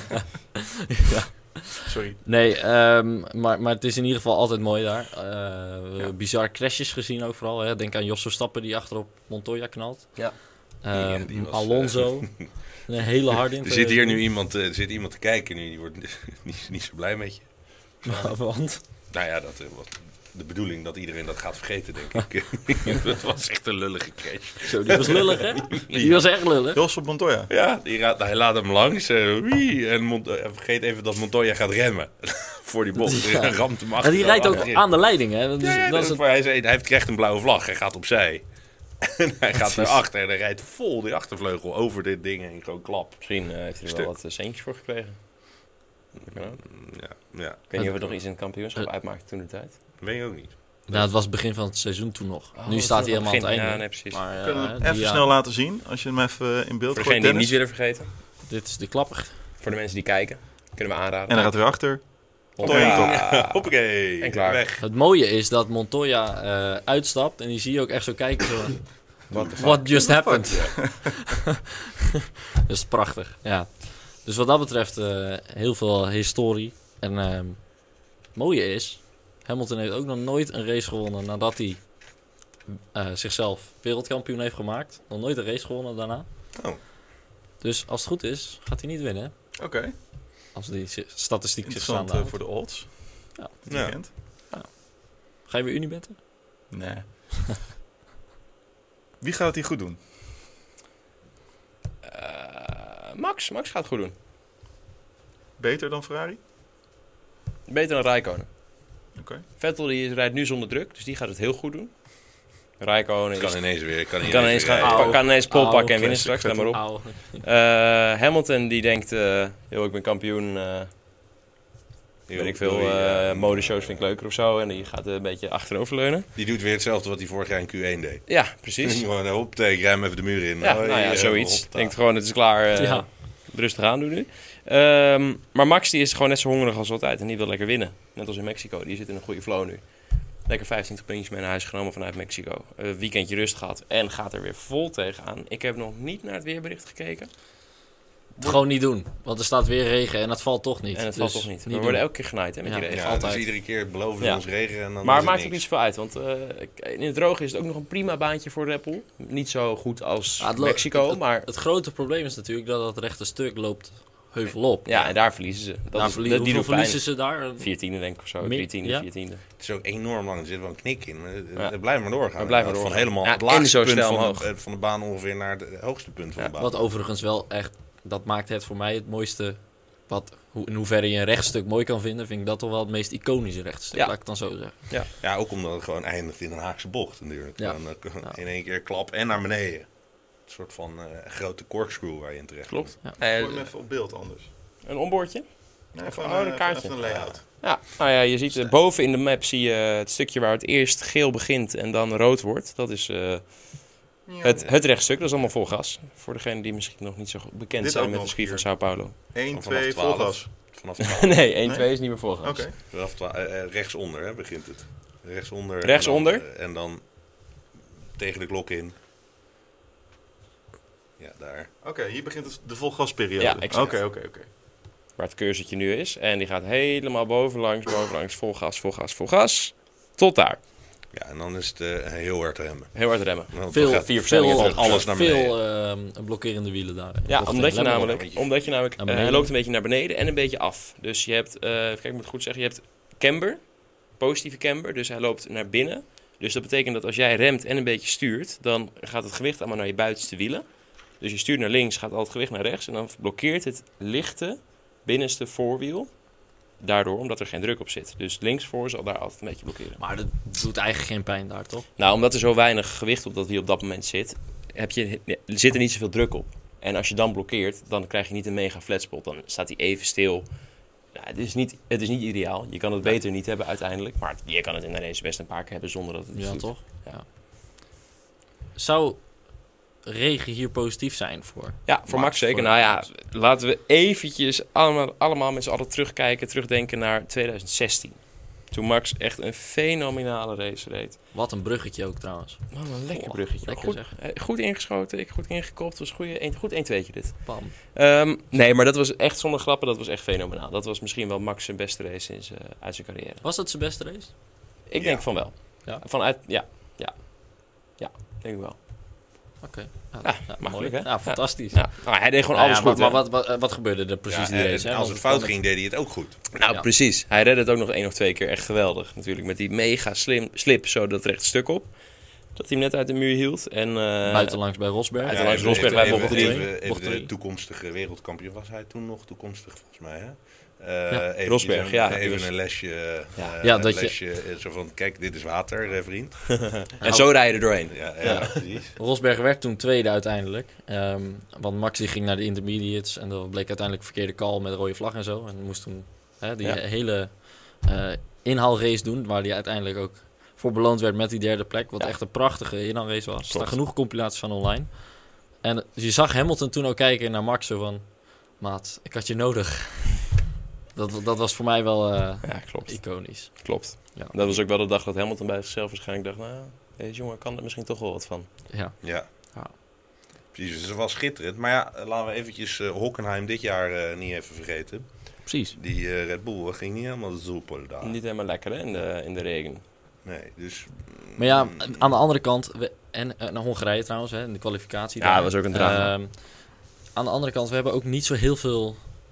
Sorry. Nee, maar het is in ieder geval altijd mooi daar. Bizar crashes gezien ook vooral. Hè. Denk aan Jos Verstappen die achterop Montoya knalt. Ja. Die was, Alonso. Een hele harde in. Er zit hier nu iemand te kijken nu. Die wordt niet zo blij met je. Want? Nou ja, dat was de bedoeling dat iedereen dat gaat vergeten, denk ik. Dat was echt een lullige crash. Zo, die was lullig, hè? Die was echt lullig. Jos op Montoya. Ja, hij laat hem langs. En vergeet even dat Montoya gaat remmen. Voor die bocht. Ja. Hij ramt hem En achter. die rijdt ook achterin. aan de leiding, hè? Dus, Ja, dat is het. hij krijgt een blauwe vlag. Hij gaat opzij. En hij gaat erachter en hij rijdt vol die achtervleugel over dit ding en gewoon klap. Misschien heeft hij er wel wat centjes voor gekregen. Dat kan ook. Ja, Ik weet niet of het nog iets in het kampioenschap uitmaakte toen de tijd. weet je ook niet. Nou, het was het begin van het seizoen toen nog. Oh, nu dat staat is hij nog helemaal aan het begin. einde. Ja, nee, precies. Maar, Kunnen we hem die, even snel laten zien? Als je hem even in beeld Voor gooit, degenen die het niet Dennis. willen vergeten. Dit is de klapper. Voor de mensen die kijken. Kunnen we aanraden. En dan gaat hij weer achter. Ja, hoppakee. En klaar. Weg. Het mooie is dat Montoya uitstapt en die zie je ook echt zo kijken. Zo, what just happened? Dat is prachtig, ja. Dus wat dat betreft heel veel historie. En het mooie is, Hamilton heeft ook nog nooit een race gewonnen nadat hij zichzelf wereldkampioen heeft gemaakt. Nog nooit een race gewonnen daarna. Oh. Dus als het goed is, gaat hij niet winnen. Oké, Als die statistiek zich interessant staande houdt. voor de odds. Ja. Dit Ja. weekend. Ga je weer Unibetten? Nee. Wie gaat het hier goed doen? Max gaat het goed doen. Beter dan Ferrari? Beter dan Räikkönen. Oké. Vettel die rijdt nu zonder druk, dus die gaat het heel goed doen. Räikkönen Kan ineens weer. Kan ineens pol pakken en winnen classic straks, let maar op. Auw. Hamilton die denkt, ik ben kampioen. weet ik veel, modeshows vind ik leuker of zo. En die gaat een beetje achteroverleunen. Die doet weer hetzelfde wat hij vorig jaar in Q1 deed. Ja, precies. Gewoon, hop, ik ruim even de muur in. Ja, Hoi, nou ja, zoiets. hoppa. Denkt gewoon, het is klaar. Ja. Rustig aan doen nu. Maar Max die is gewoon net zo hongerig als altijd. En die wil lekker winnen. Net als in Mexico. Die zit in een goede flow nu. Lekker 25 puntjes mee naar huis genomen vanuit Mexico. Weekendje rust gehad. En gaat er weer vol tegenaan. Ik heb nog niet naar het weerbericht gekeken. Gewoon niet doen. Want er staat weer regen en het valt toch niet. En het Dus valt toch niet. We doen. worden elke keer genaaid hè, met Ja. die regen. Ja, altijd. dus iedere keer beloven ze Ja. ons regen en dan Maar is maakt ook niks. niet zoveel uit. Want in het droge is het ook nog een prima baantje voor Red Bull. Niet zo goed als Ja, Mexico. Maar Het grote probleem is natuurlijk dat het rechte stuk loopt heuvel op. ja, en daar verliezen ze. Dat Daar is, verliezen, die hoeveel doet pijn. verliezen ze daar? 14e denk ik of zo. Meer- 13e, ja? 14e. Het is ook enorm lang. Er zit wel een knik in. Maar Ja. het blijft maar doorgaan. Het blijft maar Van doorgaan. helemaal Ja, het en laagste zo punt snel van omhoog. van de baan ongeveer naar het hoogste punt van Ja, de baan. Wat overigens wel echt, dat maakt het voor mij het mooiste. In hoeverre je een rechtstuk mooi kan vinden, vind ik dat toch wel het meest iconische rechtstuk. Ja. Laat ik het dan zo zeggen. Ja, ook omdat het gewoon eindigt in een Haakse bocht natuurlijk. Ja. Gewoon, Ja. in één keer klap en naar beneden. Een soort van grote corkscrew waar je in terecht Klopt. Ja. Gooi hem even op beeld anders. Een onboardje. Nee, Of- gewoon, een kaartje. even een layout. Ja, nou ja, je ziet boven in de map zie je het stukje waar het eerst geel begint en dan rood wordt. Dat is het rechtstuk, dat is allemaal vol gas. Voor degenen die misschien nog niet zo goed bekend Dit zijn ook met de nog ski van hier. Sao Paulo. 1, Vanaf 2, 12. vol gas. Vanaf 12. Nee, 1, Nee? 2 is niet meer vol gas. Oké. Rechtsonder hè, begint het. Rechtsonder. Rechtsonder? En dan tegen de klok in. Ja, daar. Oké, hier begint de volgasperiode. Ja, exact. Oké. Waar het cursortje nu is. En die gaat helemaal bovenlangs, vol gas. Tot daar. Ja, en dan is het heel hard remmen. Heel hard remmen. Want Veel, dan gaat vier versnellingen veel, terug. alles naar beneden. veel blokkerende wielen daar. Ja, Bocht omdat je in Lemmer. namelijk Naar beneden. hij loopt een beetje naar beneden en een beetje af. Dus je hebt, kijk, ik moet het goed zeggen, je hebt camber, positieve camber, dus hij loopt naar binnen. Dus dat betekent dat als jij remt en een beetje stuurt, dan gaat het gewicht allemaal naar je buitenste wielen. Dus je stuurt naar links, gaat al het gewicht naar rechts en dan blokkeert het lichte binnenste voorwiel. Daardoor, omdat er geen druk op zit. Dus linksvoor zal daar altijd een beetje blokkeren. Maar dat doet eigenlijk geen pijn daar, toch? Nou, omdat er zo weinig gewicht op dat wiel op dat moment zit, zit er niet zoveel druk op. En als je dan blokkeert, dan krijg je niet een mega flatspot. Dan staat hij even stil. Ja, het is niet ideaal. Je kan het beter niet hebben uiteindelijk. Maar je kan het in de race best een paar keer hebben zonder dat het Ja, doet. toch? Ja. Zou regen hier positief zijn voor? Ja, voor Max zeker. Nou ja, laten we eventjes allemaal met z'n allen terugdenken naar 2016. Toen Max echt een fenomenale race reed. Wat een bruggetje ook trouwens. Wat een lekker Goh, bruggetje. lekker Goed, zeg. goed ingeschoten, ik goed ingekopt. Het was goed 1-2'tje dit. Pam. Nee, maar dat was echt zonder grappen, dat was echt fenomenaal. Dat was misschien wel Max zijn beste race uit zijn carrière. Was het zijn beste race? Ik Ja. denk van wel. Ja. Denk ik wel. Oké. Ja, mooi. makkelijk, hè? Ja, fantastisch. Ja. Nou, hij deed gewoon Nou alles ja, goed. maar hè? wat gebeurde er precies Ja, die race? en hè? als Want het fout kwam ging, deed hij het ook goed. Nou, Ja. precies. Hij redde het ook nog 1 of 2 keer echt geweldig. Natuurlijk met die mega slip zo dat rechte stuk op. Dat hij hem net uit de muur hield. En, buitenlangs bij Rosberg. Buitenlangs even- Rosberg bij bocht twee. even Bocht de twee. toekomstige wereldkampioen. Was hij toen nog toekomstig volgens mij, hè? Eventjes Rosberg, ja, die Even was- een lesje. Ja. Ja, een dat je- lesje zo van, kijk, dit is water, vriend. en zo rijden er doorheen. Ja, precies. Rosberg werd toen tweede uiteindelijk. Want Max die ging naar de intermediates. En dat bleek uiteindelijk een verkeerde call met rode vlag en zo. En moest toen die Ja. hele inhaalrace doen. Waar hij uiteindelijk ook voor beloond werd met die derde plek. Wat Ja. echt een prachtige inhaalrace was. Er staan Klopt. genoeg compilaties van online. En je zag Hamilton toen ook kijken naar Max. Zo van, maat, ik had je nodig. Dat was voor mij wel Ja, klopt. iconisch. Klopt. Ja. Dat was ook wel de dag dat Hamilton bij zichzelf waarschijnlijk dacht... Nou, deze jongen kan er misschien toch wel wat van. Ja. Ja. Ja. Precies, dus het was schitterend. Maar ja, laten we eventjes Hockenheim dit jaar niet even vergeten. Precies. Die Red Bull ging niet helemaal soepel daar. Niet helemaal lekker hè, in de regen. Nee, dus... Maar ja, aan de andere kant, naar Hongarije trouwens, in de kwalificatie. Ja, daar. dat was ook een drama. Aan de andere kant, we hebben ook niet zo heel veel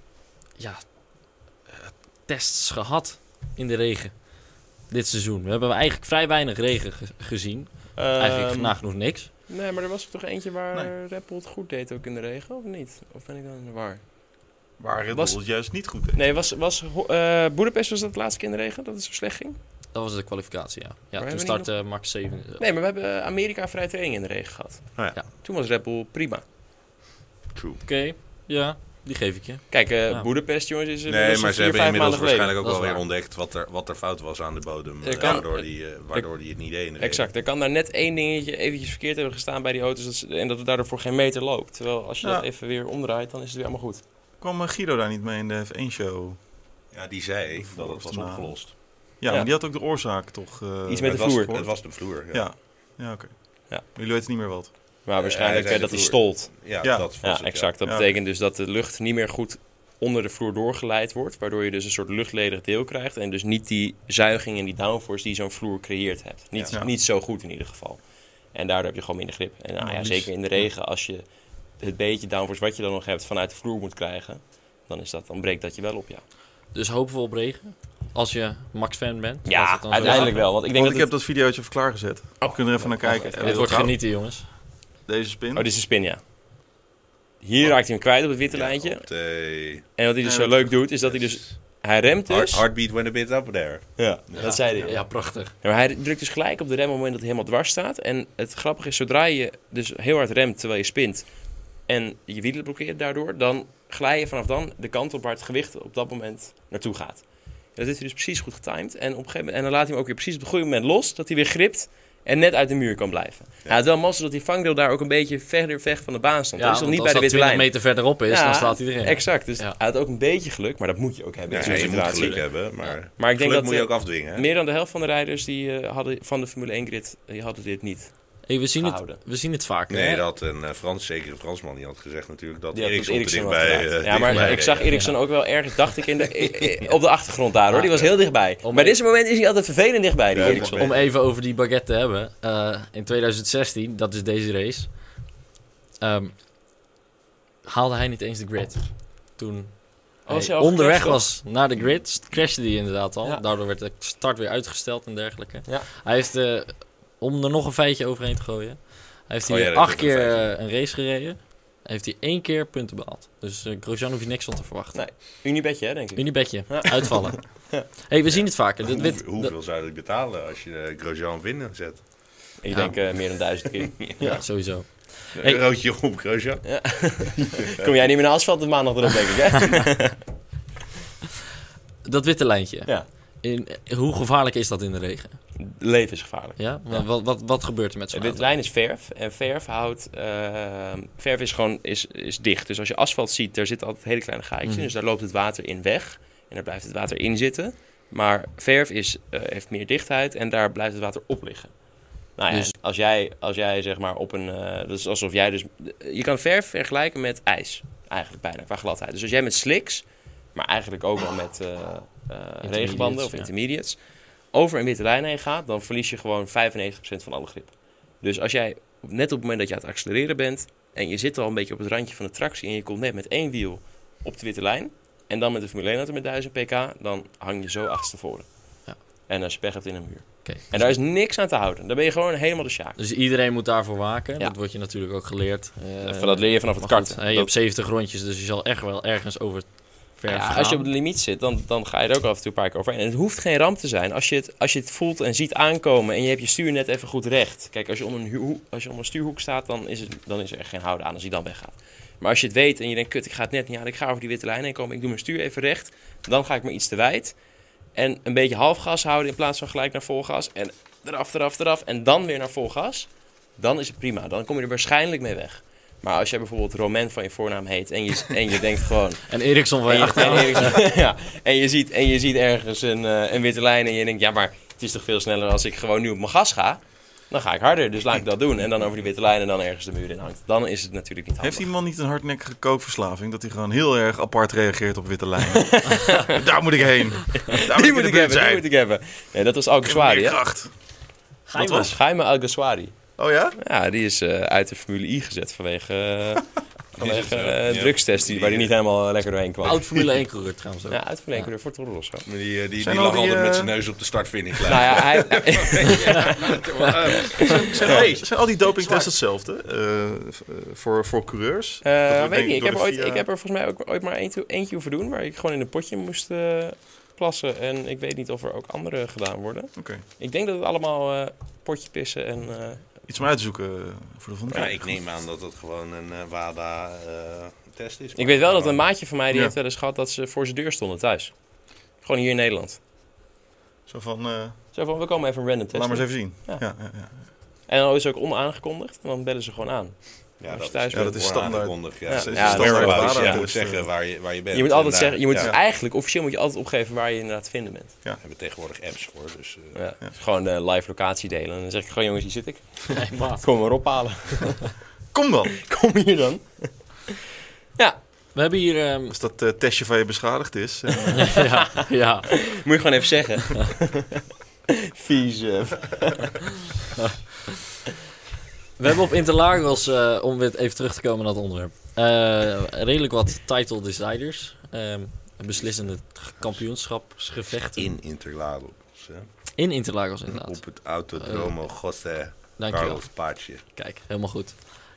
tests gehad in de regen dit seizoen. We hebben eigenlijk vrij weinig regen gezien. Eigenlijk nagenoeg niks. Nee, maar er was toch eentje waar Nee. Red Bull het goed deed ook in de regen, of niet? Of ben ik dan in de war? Waar Red Was- Bull het juist niet goed deed. Nee, Boedapest was dat de laatste keer in de regen, dat het zo slecht ging? Dat was de kwalificatie, ja. Ja, hebben toen we startte Max 7. Nee, maar we hebben Amerika vrij training in de regen gehad. Oh ja. Ja. Toen was Red Bull prima. True. Oké, ja. Die geef ik je. Kijk, Boedapest, jongens, is Nee, maar ze hebben 4-5 inmiddels maanden waarschijnlijk ook Dat is wel weer waar. ontdekt wat er fout was aan de bodem. kan- Waardoor die het niet deed. Exact, er kan daar net één dingetje eventjes verkeerd hebben gestaan bij die auto's en dat het daardoor voor geen meter loopt. Terwijl als je dat even weer omdraait, dan is het weer allemaal goed. Kwam Guido daar niet mee in de F1-show? Ja, die zei dat het was opgelost. Ja, maar die had ook de oorzaak toch... Iets met de Het vloer. was de vloer, Ja, oké. Ja. Jullie weten niet meer wat. Maar waarschijnlijk hij zei dat de hij vloer. stolt. Ja, Ja. dat was Ja, het, exact. Dat Ja, betekent dus dat de lucht niet meer goed onder de vloer doorgeleid wordt. Waardoor je dus een soort luchtledig deel krijgt. En dus niet die zuiging en die downforce die zo'n vloer creëert hebt. Niet zo goed in ieder geval. En daardoor heb je gewoon minder grip. En nou ja, zeker in de regen, als je het beetje downforce wat je dan nog hebt vanuit de vloer moet krijgen. Dan breekt dat je wel op, ja. Dus hopen we op regen? Als je Max-fan bent? Als Ja, het dan zo uiteindelijk gaat. wel. Want ik denk Want ik dat heb dat videootje even klaargezet. We kunnen er even naar kijken. even Dit wordt genieten, jongens. Deze spin. Oh, dit is een spin, ja. Hier raakt hij hem kwijt op het witte lijntje. En wat hij dus zo leuk doet, is dat hij dus... Hij remt dus. Heartbeat went a bit up there. Ja, dat zei hij. Ja, prachtig. Ja, maar hij drukt dus gelijk op de rem op het moment dat hij helemaal dwars staat. En het grappige is, zodra je dus heel hard remt terwijl je spint en je wielen blokkeert daardoor, dan glij je vanaf dan de kant op waar het gewicht op dat moment naartoe gaat. En dat heeft hij dus precies goed getimed. En op een gegeven moment, en dan laat hij hem ook weer precies op het goede moment los, dat hij weer gript en net uit de muur kan blijven. Ja, het is wel mazzel dat die vangdeel daar ook een beetje verder weg van de baan stond. Ja, dat is nog want niet bij de als witte dat lijn. 20 meter verderop is, dan staat hij erin. Exact. Dus Ja. hij had ook een beetje geluk, maar dat moet je ook hebben. Ja, in zo'n je moet situatie. geluk hebben, maar, Maar ik denk geluk dat moet je ook afdwingen. Hè? meer dan de helft van de rijders die hadden van de Formule 1 grid, die hadden dit niet. Hey, we gehouden. zien het vaker. Nee, hè? dat een zeker een Fransman, die had gezegd natuurlijk dat Die had Ericsson te Ericsson dichtbij... had gedaan. Ja, dichtbij maar ik reed. zag Ericsson ook wel erg, dacht ik, op de achtergrond daar hoor. Die was heel dichtbij. Om- Maar dit moment is hij altijd vervelend dichtbij, die Ja, Ericsson. Om even over die baguette te hebben. In 2016, dat is deze race, haalde hij niet eens de grid. Toen was hij hij al onderweg gecrashed, was naar de grid, crashte hij inderdaad al. Ja. Daardoor werd de start weer uitgesteld en dergelijke. Ja. Hij heeft, om er nog een feitje overheen te gooien, hij heeft Oh ja, hier dat 8 is een keer feitje. een race gereden. Heeft hij 1 keer punten behaald. Dus Grosjean hoef je niks van te verwachten. Nee. Unibetje, hè, denk ik. Unibetje, Ja. uitvallen. Hey, we zien het vaker. Dit wit- Hoeveel zou ik betalen als je Grosjean winnen zet? Ik Ja. denk meer dan 1000 keer. ja, sowieso. Een Hey. eurotje op Grosjean. Kom jij niet meer naar asfalt de maandag erop, denk ik, hè? Dat witte lijntje. Ja. Hoe gevaarlijk is dat in de regen? Levensgevaarlijk. Ja? Wat gebeurt er met zo'n De witte auto? lijn is verf. En verf houdt... verf is gewoon is dicht. Dus als je asfalt ziet, daar zitten altijd hele kleine gaatjes in. Mhm. Dus daar loopt het water in weg. En daar blijft het water in zitten. Maar verf heeft meer dichtheid en daar blijft het water op liggen. Nou ja, Dus- als jij zeg maar op een... dat is alsof jij dus... Je kan verf vergelijken met ijs. Eigenlijk bijna, qua gladheid. Dus als jij met slicks, maar eigenlijk ook wel met regenbanden of ja. intermediates, over een witte lijn heen gaat, dan verlies je gewoon 95% van alle grip. Dus als jij net op het moment dat je aan het accelereren bent en je zit al een beetje op het randje van de tractie en je komt net met één wiel op de witte lijn en dan met de Formule 1 auto met 1000 pk, dan hang je zo achterstevoren. Ja. En als je pech hebt in een muur. Oké. En daar is niks aan te houden. Dan ben je gewoon helemaal de sjaak. Dus iedereen moet daarvoor waken. Ja. Dat wordt je natuurlijk ook geleerd. Dat leer je vanaf het maar goed, karten. hè, je Dat- hebt 70 rondjes, dus je zal echt wel ergens over verf Ja, gaan. als je op de limiet zit, dan ga je er ook af en toe een paar keer overheen. En het hoeft geen ramp te zijn. Als je het voelt en ziet aankomen en je hebt je stuur net even goed recht. Kijk, als je onder een stuurhoek staat, dan is er echt geen houden aan als hij dan weggaat. Maar als je het weet en je denkt, kut, ik ga het net niet aan, ik ga over die witte lijn heen komen, ik doe mijn stuur even recht, dan ga ik maar iets te wijd. En een beetje half gas houden in plaats van gelijk naar vol gas. En eraf en dan weer naar vol gas. Dan is het prima. Dan kom je er waarschijnlijk mee weg. Maar als jij bijvoorbeeld Romain van je voornaam heet en je denkt gewoon... En Ericsson van En je je, achteraan. ja, en je ziet ergens een witte lijn en je denkt, ja, maar het is toch veel sneller als ik gewoon nu op mijn gas ga. Dan ga ik harder, dus laat ik dat doen. En dan over die witte lijn en dan ergens de muur in hangt. Dan is het natuurlijk niet handig. Heeft die man niet een hardnekkige kookverslaving? Dat hij gewoon heel erg apart reageert op witte lijnen? Daar moet ik heen. Daar Die in moet de ik buurt hebben, die zijn. moet ik hebben. Nee, dat was Alguersuari, Meer hè? kracht. Wat was? Jaime Alguersuari. Oh ja? Ja, die is uit de Formule I gezet vanwege Ja. drugstest waar hij niet helemaal lekker doorheen kwam. Oud Formule 1 coureur trouwens ook. Ja, uit Formule 1 voor Toro Rosso. Maar die Zijn lag al die, altijd met zijn neus op de start-finish lijn. Nou ja, hij... Zijn al die dopingtests hetzelfde? Voor coureurs? Dat wordt weet denk ik niet. door de Ik heb er volgens mij ook ooit maar eentje hoeven doen, waar ik gewoon in een potje moest plassen. En ik weet niet of er ook andere gedaan worden. Oké. Ik denk dat het allemaal potje pissen en... Iets om uit te zoeken voor de volgende Ja, keer. ik neem aan dat het gewoon een WADA test is. Ik weet wel dat een maatje van mij, die heeft wel eens gehad dat ze voor zijn deur stonden thuis. Gewoon hier in Nederland. Zo van, we komen even een random testen. laat maar eens even zien. Ja. Ja. En dan is het ook onaangekondigd. En dan bellen ze gewoon aan. Ja, dat is standaard. Je moet zeggen waar je bent. Je moet altijd zeggen, eigenlijk officieel moet je altijd opgeven waar je inderdaad te vinden bent. Ja. We hebben tegenwoordig apps voor. Dus, Gewoon de live locatie delen. En dan zeg ik gewoon, jongens, hier zit ik. Nee, maat. Kom maar ophalen. Kom dan! Kom hier dan. Ja. We hebben hier... Als dat testje van je beschadigd is. ja. Moet je gewoon even zeggen. Vies. We hebben op Interlagos, om weer even terug te komen naar het onderwerp, redelijk wat title deciders. Beslissende kampioenschapsgevechten. in Interlagos. In Interlagos, inderdaad. Op het Autodromo José Carlos Pache. Kijk, helemaal goed.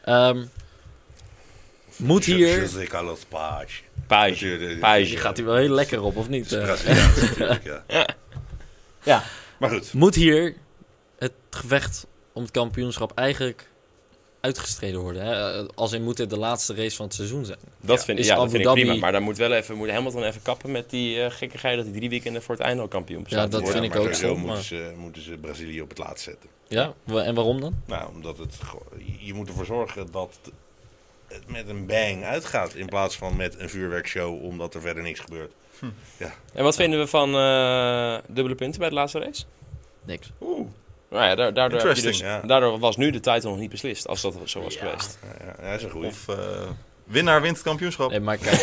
Moet hier... José Carlos Pache. Paige. Gaat hij wel heel lekker op, of niet? Braziliaans natuurlijk, Ja. Maar goed. Moet hier het gevecht om het kampioenschap eigenlijk uitgestreden worden? Hè? Als in moet dit de laatste race van het seizoen zijn. Dat vind ik Abu prima. Dhabi... Maar dan moet Hamilton even kappen met die gekkigheid dat hij 3 weekenden voor het einde al kampioen Ja, dat vind ik ook zo. stom. Moeten ze Brazilië op het laatst zetten. Ja, en waarom dan? Nou, omdat je moet ervoor zorgen dat het met een bang uitgaat in plaats van met een vuurwerkshow, omdat er verder niks gebeurt. Ja. En wat vinden we van dubbele punten bij de laatste race? Niks. Nou ja, daardoor, heb je dus, ja. daardoor was nu de titel nog niet beslist, als dat zo was geweest. Ja, dat is een goeie. Of winnaar wint het kampioenschap. Nee, maar kijk.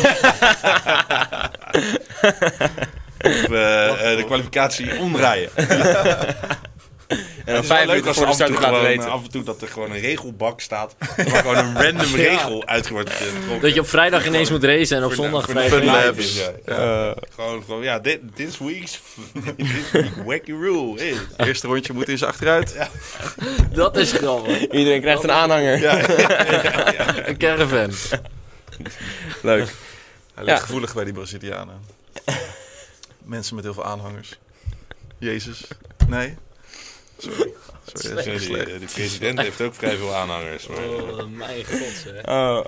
Of de kwalificatie omdraaien. En dan 5 minuten voor de start laten weten. Af en toe dat er gewoon een regelbak staat, waar gewoon een random regel uit wordt getrokken. Dat je op vrijdag ineens moet racen en op zondag 5 fun minuten. laps. Gewoon ja, this week wacky rule is. Het eerste rondje moet eens achteruit. Ja. Dat is grappig. Iedereen krijgt een aanhanger. Ja. Een caravan. Leuk. Hij ligt gevoelig bij die Brazilianen. Mensen met heel veel aanhangers. Jezus. Nee? Sorry. De president heeft ook vrij veel aanhangers. Maar... Oh, mijn god, zeg.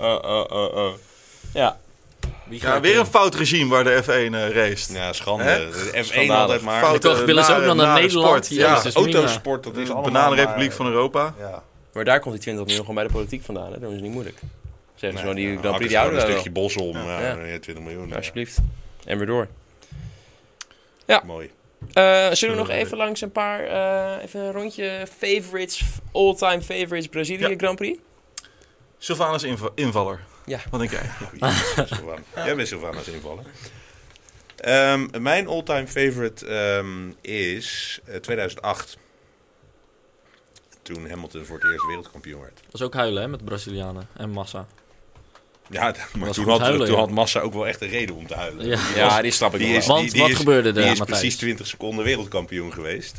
Ja. Ja, weer een fout regime waar de F1 race. Ja, schande. Hè? De F1 Schandalig. altijd maar. Fout. Toch willen ze ook nog naar Nederland? Sport. Ja, Jezus, Autosport, dat is De allemaal bananenrepubliek maar- van Europa. Ja. Maar daar komt die 20 miljoen gewoon bij de politiek vandaan. Hè? Dat is niet moeilijk. Zeggen ze gewoon die Grand Prix die een houden we stukje bos om. Ja. Ja. 20 miljoen. alsjeblieft. En weer door. Mooi. Zullen we nog even langs een paar, even een rondje favorites, all-time favorites Brazilië Grand Prix? Sylvanus invaller. Ja. Wat denk jij? Jij bent Sylvanus invallen. Mijn all-time favorite is 2008. Toen Hamilton voor het eerst wereldkampioen werd. Dat is ook huilen, hè, met de Brazilianen en Massa. Ja, maar Was toen goed huilen, had ja. Massa ook wel echt een reden om te huilen. Ja. Ja, die snap ik Die nog is- wel. Want wat gebeurde Die er, is Matthijs? precies 20 seconden wereldkampioen geweest.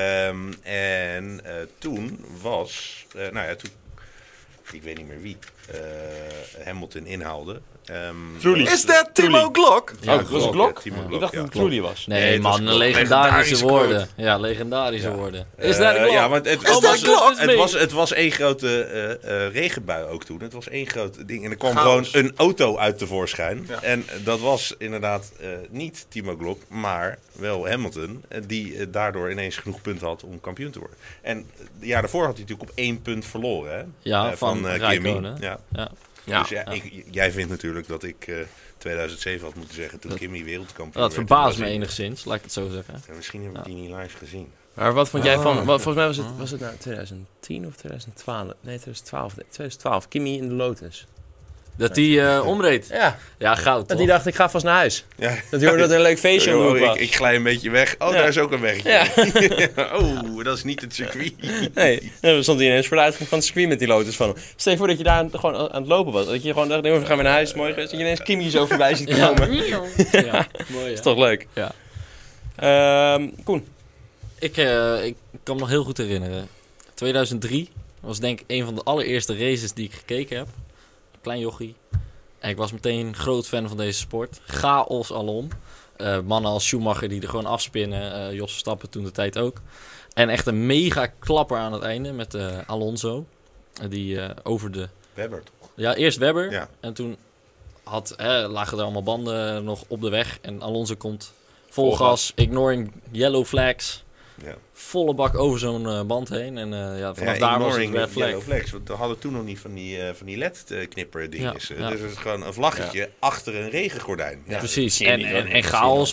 Toen was... toen... Ik weet niet meer wie. Hamilton inhaalde. Is dat Timo Glock? Oh, het was een Glok? Timo Ik Glock, dacht dat ja. het Trulli was. Nee, Nee, het was man, Glock. legendarische woorden. quote. Ja, legendarische woorden. Is dat een Ja, want het was één grote regenbui ook toen. Het was één groot ding. En er kwam Chaos. gewoon een auto uit tevoorschijn. Ja. En dat was inderdaad niet Timo Glock, maar wel Hamilton. Die daardoor ineens genoeg punten had om kampioen te worden. En het jaar daarvoor had hij natuurlijk op 1 punt verloren. Hè? Ja, van Kimi. Räikkönen. Ja. Ja. Ja. Dus jij vindt natuurlijk dat ik 2007 had moeten zeggen toen Kimi wereldkampioen Dat werd. verbaast me Was ik- enigszins, laat ik het zo zeggen. Ja, misschien heb ik die niet live gezien. Maar wat vond jij van... Volgens mij was het nou 2010 of 2012? Nee, 2012. 2012. Kimi in de Lotus. Dat die omreed. Ja, Ja, goud, dat toch? hij dacht, ik ga vast naar huis. Ja. Dat hij hoorde dat er een leuk feestje om de hoek was. Ik glij een beetje weg. Oh, Ja. daar is ook een wegje. Ja. Oh, dat is niet het circuit. Nee, dan stond hij ineens voor de uitgang van het circuit met die Lotus van hem. Stel je voor dat je daar gewoon aan het lopen was. Dat je gewoon dacht, we gaan weer naar huis, mooi geweest. Dat je ineens Kimi zo voorbij ziet Ja. komen. Ja, mooi, Dat is ja. toch leuk? Ja. Koen. Ik kan me nog heel goed herinneren. 2003 was denk ik een van de allereerste races die ik gekeken heb. Klein jochie. En ik was meteen groot fan van deze sport. Chaos alom. Mannen als Schumacher die er gewoon afspinnen. Jos Verstappen toen de tijd ook. En echt een mega klapper aan het einde met Alonso. Die over de... Webber toch? Ja, eerst Webber. Ja. En toen lagen er allemaal banden nog op de weg. En Alonso komt vol gas, ignoring yellow flags. Ja. Volle bak over zo'n band heen. En vanaf daar was het red flag. Flags, want we hadden toen nog niet van die LED-knipper dinges. Ja. Dus het is gewoon een vlaggetje achter een regengordijn. Ja, precies. zie je niet, En chaos.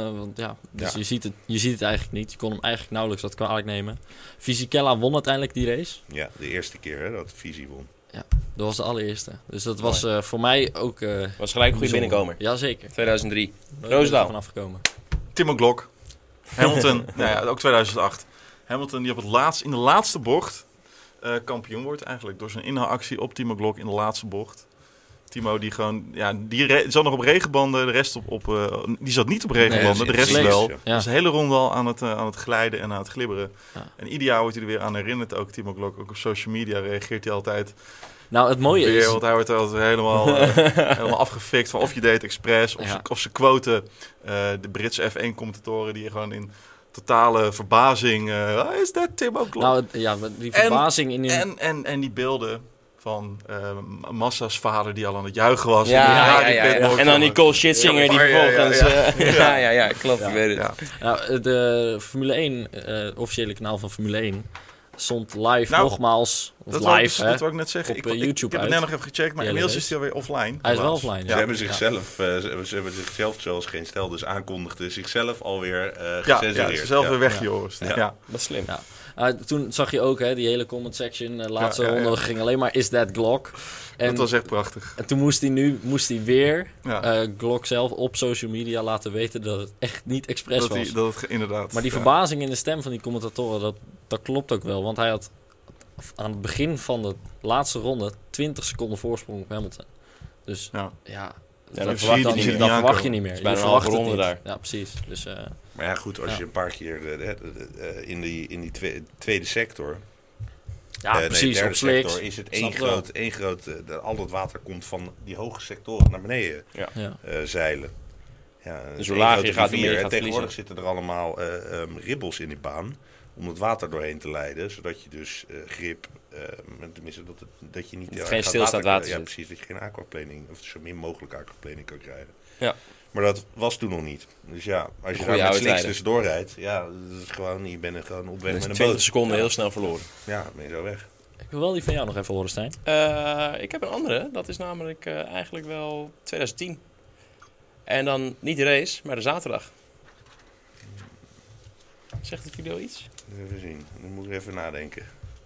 Dus je ziet het eigenlijk niet. Je kon hem eigenlijk nauwelijks wat kwalijk nemen. Fisichella won uiteindelijk die race. Ja, de eerste keer dat Visi won. Dat was de allereerste. Dus dat was voor mij ook... was gelijk een goede binnenkomer. Jazeker. 2003. Roosdaal. Vanaf gekomen. Timo Glock. Hamilton, ook 2008. Hamilton die in de laatste bocht kampioen wordt eigenlijk. Door zijn inhaalactie op Timo Glock in de laatste bocht. Timo die gewoon, die zat nog op regenbanden, de rest die zat niet op regenbanden, de rest wel. Ja. Dus de hele ronde al aan het glijden en aan het glibberen. Ja. En ieder jaar wordt hij er weer aan herinnerd, ook Timo Glock. Ook op social media reageert hij altijd. Nou, het mooie is... Want hij wordt altijd helemaal afgefikt van of je deed het expres, of ze quoten de Britse F1-commentatoren die gewoon in totale verbazing... is dat Timo Glock? Nou, die verbazing in... En die beelden van Massa's vader die al aan het juichen was. Ja. En dan Nicole Scherzinger die vervolgens... klopt, ik weet het. Ja. Nou, de Formule 1, officiële kanaal van Formule 1... stond live nogmaals... Dat live, dat wou ik net zeggen. op YouTube ik heb het net nog even gecheckt, maar inmiddels is hij alweer offline. Hij is wel offline. Ze hebben zichzelf, zoals geen stel dus aankondigde, zichzelf alweer gecensureerd. Zichzelf weer weggejost. Ja. Dat is slim. Ja. Toen zag je ook, die hele comment section, laatste ronde ging alleen maar is that Glock. En, dat was echt prachtig. En toen moest hij weer Glock zelf op social media laten weten dat het echt niet expres was. Inderdaad. Maar die verbazing in de stem van die commentatoren, dat klopt ook wel. Want hij had aan het begin van de laatste ronde 20 seconden voorsprong op Hamilton. Dus dat verwacht je niet meer. Het is bijna een halve ronde daar. Ja, precies. Dus, maar ja, goed, als je een paar keer in die tweede sector... Ja, precies. Derde op slicks. sector is het één groot... al dat water komt van die hoge sectoren naar beneden zeilen. Ja, dus hoe lager je gaat, hoe meer je gaat tegenwoordig zitten er allemaal ribbels in die baan om het water doorheen te leiden, zodat je dus grip, tenminste dat je niet geen stilstaand water ja, precies, dat je geen aquaplaning of zo min mogelijk aquaplaning kan krijgen. Ja. Maar dat was toen nog niet. Dus ja, als je daar met slicks tussendoor rijdt, dat is gewoon, je bent gewoon op weg met een boot. 20 seconden heel snel verloren. Ja, dan ben je zo weg. Ik wil wel die van jou nog even horen, Stijn. Ik heb een andere, dat is namelijk eigenlijk wel 2010. En dan niet de race, maar de zaterdag. Zegt het jullie al iets? Even zien, dan moet ik even nadenken.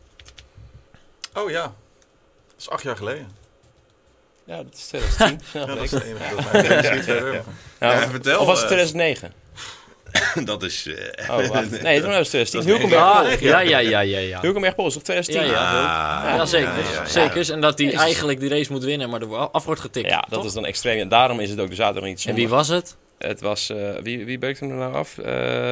Oh ja, dat is 8 jaar geleden. Ja, dat is 2010. Dat is het enige dat mij niet verder. Vertel. Of was het 2009? Dat is... nee, toen was het 2010. Hulkenberg. Ja. Hulkenberg Pols, toch 2010? Ja, zeker. Zeker. En dat hij eigenlijk die race moet winnen, maar er af wordt getikt. Ja, dat is dan extreem. En daarom is het ook de zaterdag niet zondag. En wie was het? Het was... wie beukte hem er nou af?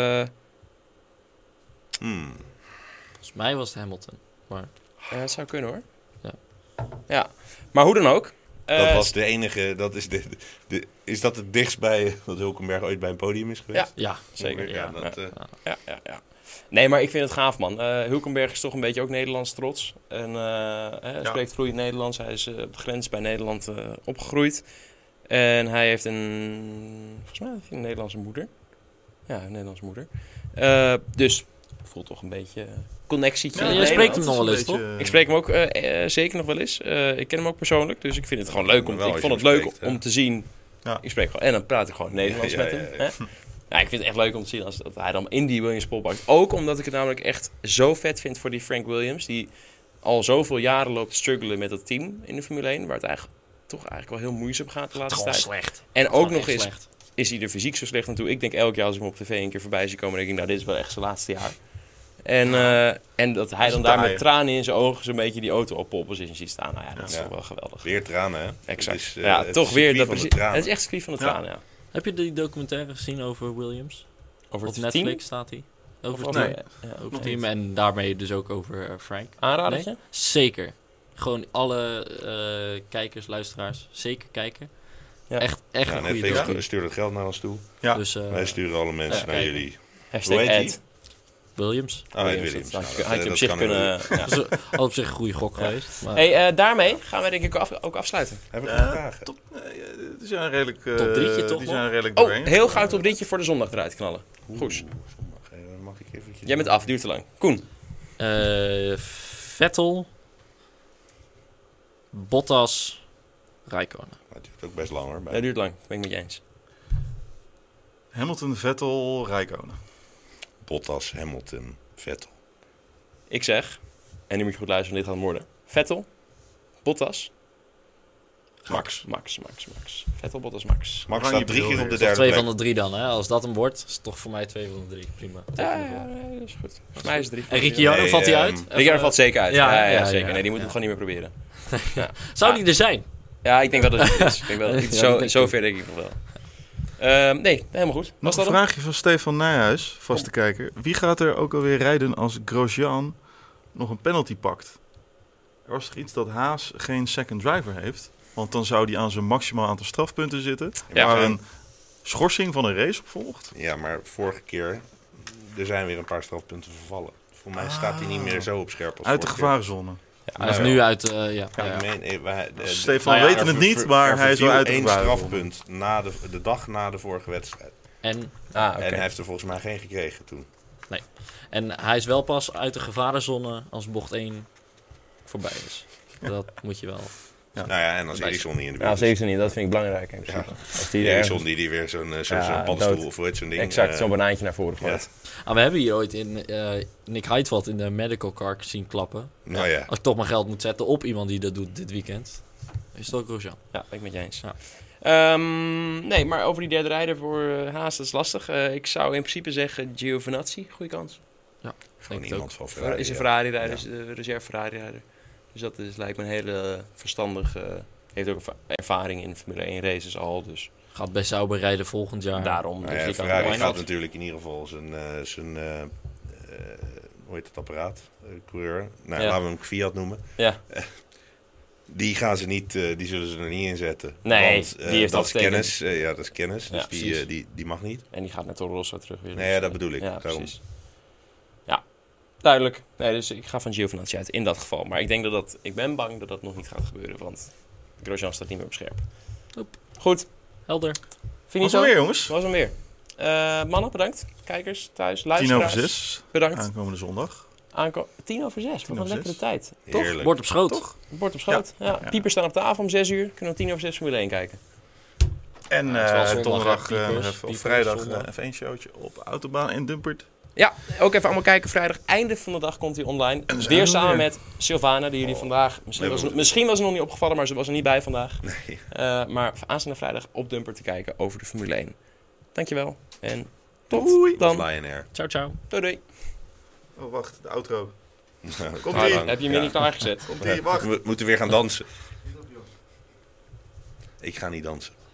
Volgens mij was het Hamilton. Maar... het zou kunnen hoor. Ja. Maar hoe dan ook. Dat was de enige... is dat het dichtst bij dat Hulkenberg ooit bij een podium is geweest? Ja, zeker. Ja. Nee, maar ik vind het gaaf, man. Hulkenberg is toch een beetje ook Nederlands trots. En hij spreekt vloeiend Nederlands. Hij is op de grens bij Nederland opgegroeid. En hij heeft volgens mij een Nederlandse moeder. Ja, een Nederlandse moeder. Dus voelt toch een beetje connectietje. Ja, je spreekt hem nog wel eens, toch? Ik spreek hem ook zeker nog wel eens. Ik ken hem ook persoonlijk, dus ik vind het gewoon leuk. Ik vond het leuk om te zien. Ja. Ik spreek gewoon. En dan praat ik gewoon Nederlands met hem. Ja. Ja, ik vind het echt leuk om te zien dat hij dan in die Williams pole pakt. Ook omdat ik het namelijk echt zo vet vind voor die Frank Williams. Die al zoveel jaren loopt te struggelen met dat team in de Formule 1. Waar het eigenlijk wel heel moeizaam gaat de laatste tijd. Slecht. En ook nog eens is hij er fysiek zo slecht aan toe. Ik denk elk jaar als ik hem op tv een keer voorbij zie komen, denk ik, nou, dit is wel echt zijn laatste jaar. En dat hij dan daar met tranen in zijn ogen zo'n beetje die auto op pole position ziet staan. Nou ja, dat is toch wel geweldig. Weer tranen, hè? Exact. Toch weer. Het is echt circuit van de tranen, ja. Heb je die documentaire gezien over Williams? Over op het Netflix team? staat hij. Over het team en daarmee dus ook over Frank. Aanradertje? Nee? Zeker. Gewoon alle kijkers, luisteraars, zeker kijken. Ja. Echt een goede Netflix stuurt het geld naar ons toe. Ja. Dus, wij sturen alle mensen naar jullie. #ad. Williams. Oh, Williams. Dat Nou, had je op dat zich kan kunnen... Ja. Dat is al op zich een goede gok geweest. Maar Hey, daarmee gaan we denk ik ook afsluiten. Heb ik nog vragen? Die zijn redelijk... Top drietje toch Die nog? zijn redelijk Oh, doorheen. heel gauw top ditje voor de zondag eruit knallen. Goes. Zondag, mag ik eventjes... Jij bent af, duurt te lang. Koen. Vettel, Bottas, Räikkönen. Het duurt ook best langer. Dat duurt lang, ben ik met je eens. Hamilton, Vettel, Räikkönen. Bottas, Hamilton, Vettel. Ik zeg, en nu moet je goed luisteren, dit gaat hem worden. Vettel, Bottas, Max. Vettel, Bottas, Max. Max Oranje staat 3 keer bril op de weer. derde Twee plek. van de 3 dan, hè? Als dat hem wordt, is het toch voor mij 2 van de 3. Prima. Ja, dat is goed. Voor mij is het 3. En Ricciardo, Nee, valt hij uit? Ricciardo valt zeker uit. Ja, Ja, ja, zeker. ja. Nee, die moeten we gewoon niet meer proberen. Zou die er zijn? Ja, ik denk wel dat het is. Ik denk wel, Ja, dat zo, denk ik zover denk ik nog wel. Nee, helemaal goed. Nog Was een dat hem? vraagje van Stefan Nijhuis, vaste kijker. Wie gaat er ook alweer rijden als Grosjean nog een penalty pakt? Er was toch iets dat Haas geen second driver heeft? Want dan zou die aan zijn maximaal aantal strafpunten zitten. Ja, waar maar- een schorsing van een race op volgt. Ja, maar vorige keer... Er zijn weer een paar strafpunten vervallen. Voor mij staat hij niet meer zo op scherp als Uit de vorige keer. gevarenzone. Hij is nu uit, ja. Ja, ik meen, Stefan Nou ja, weten het niet, maar hij is wel uit de één gevarenzone. strafpunt de dag na de vorige wedstrijd. En, Oké. En hij heeft er volgens mij geen gekregen toen. en hij is wel pas uit de gevarenzone als bocht 1 voorbij is. Dat moet je wel. Ja. Nou ja, en als Bij- Eriksson niet in de Ja, buurt zeker niet. Dat vind ik belangrijk in principe. Als die Eriksson die weer zo'n Ja, paddenstoel dood. of hoe heet zo'n ding. exact zo'n banaantje naar voren gooit. We hebben hier ooit in Nick Heidfeld in de medical car zien klappen. Nou ja. Als ik toch mijn geld moet zetten op iemand die dat doet dit weekend, is het ook Grosjean. Ja, ben ik met je eens. Ja. Nee, maar over die derde rijder voor Haas, dat is lastig. Ik zou in principe zeggen Giovinazzi, goede kans. Gewoon Denk iemand van Ferrari. Is een ja. Ferrari-rijder, is de reserve Ferrari-rijder. Dus dat lijkt me een hele verstandige... heeft ook ervaring in Formule 1 races al, dus Gaat bij Sauber rijden volgend jaar. daarom. Nou Dus ja, die kan Ferrari why gaat not? natuurlijk in ieder geval zijn hoe heet het apparaat? Coureur. Nou, Ja. laten we hem Fiat noemen. Ja, Die gaan ze niet, die zullen ze er niet in zetten. Nee, Want, die heeft dat al is getekend. kennis. Ja, dat is kennis. Ja, Dus precies. die mag niet. en die gaat naar Toro Rosso terug weer. Nee, ja, dat bedoel ik. Ja, Daarom. precies. Ja, duidelijk. Nee, dus ik ga van Giovinazzi uit in dat geval. Maar ik denk ik ben bang dat dat nog niet gaat gebeuren, want Grosjean staat niet meer op scherp. Oep. Goed, Helder. vind je Was er weer, jongens? Dat was hem weer. Mannen, bedankt. Kijkers, thuis, 10 over luisteraars. 6, Bedankt. aankomende zondag. 10 over 6, wat 10 een over lekkere 6. tijd. Heerlijk. Bord op schoot. Toch? Bord op schoot. Ja. Ja. Piepers staan op tafel om 6 uur. Kunnen we 10 over 6 Formule 1 kijken. En het is wel zondag, donderdag hè, Piepers, of Piepers, vrijdag zondag. even een showtje op Autobaan en Dumpert. Ja, ook even allemaal kijken. Vrijdag, einde van de dag, komt hij online. En zijn Weer we samen weer. met Sylvana, die jullie vandaag... Misschien was ze nog niet opgevallen, maar ze was er niet bij vandaag. Nee. Maar aanstaande vrijdag op Dumper te kijken over de Formule 1. Dankjewel. En tot Doei. dan. Lion Air. Ciao, ciao. Doei doei. Oh, wacht, de outro. Komt Ah, ie. heb je hem niet klaargezet? Komt ie, wacht. We moeten weer gaan dansen. Ik ga niet dansen.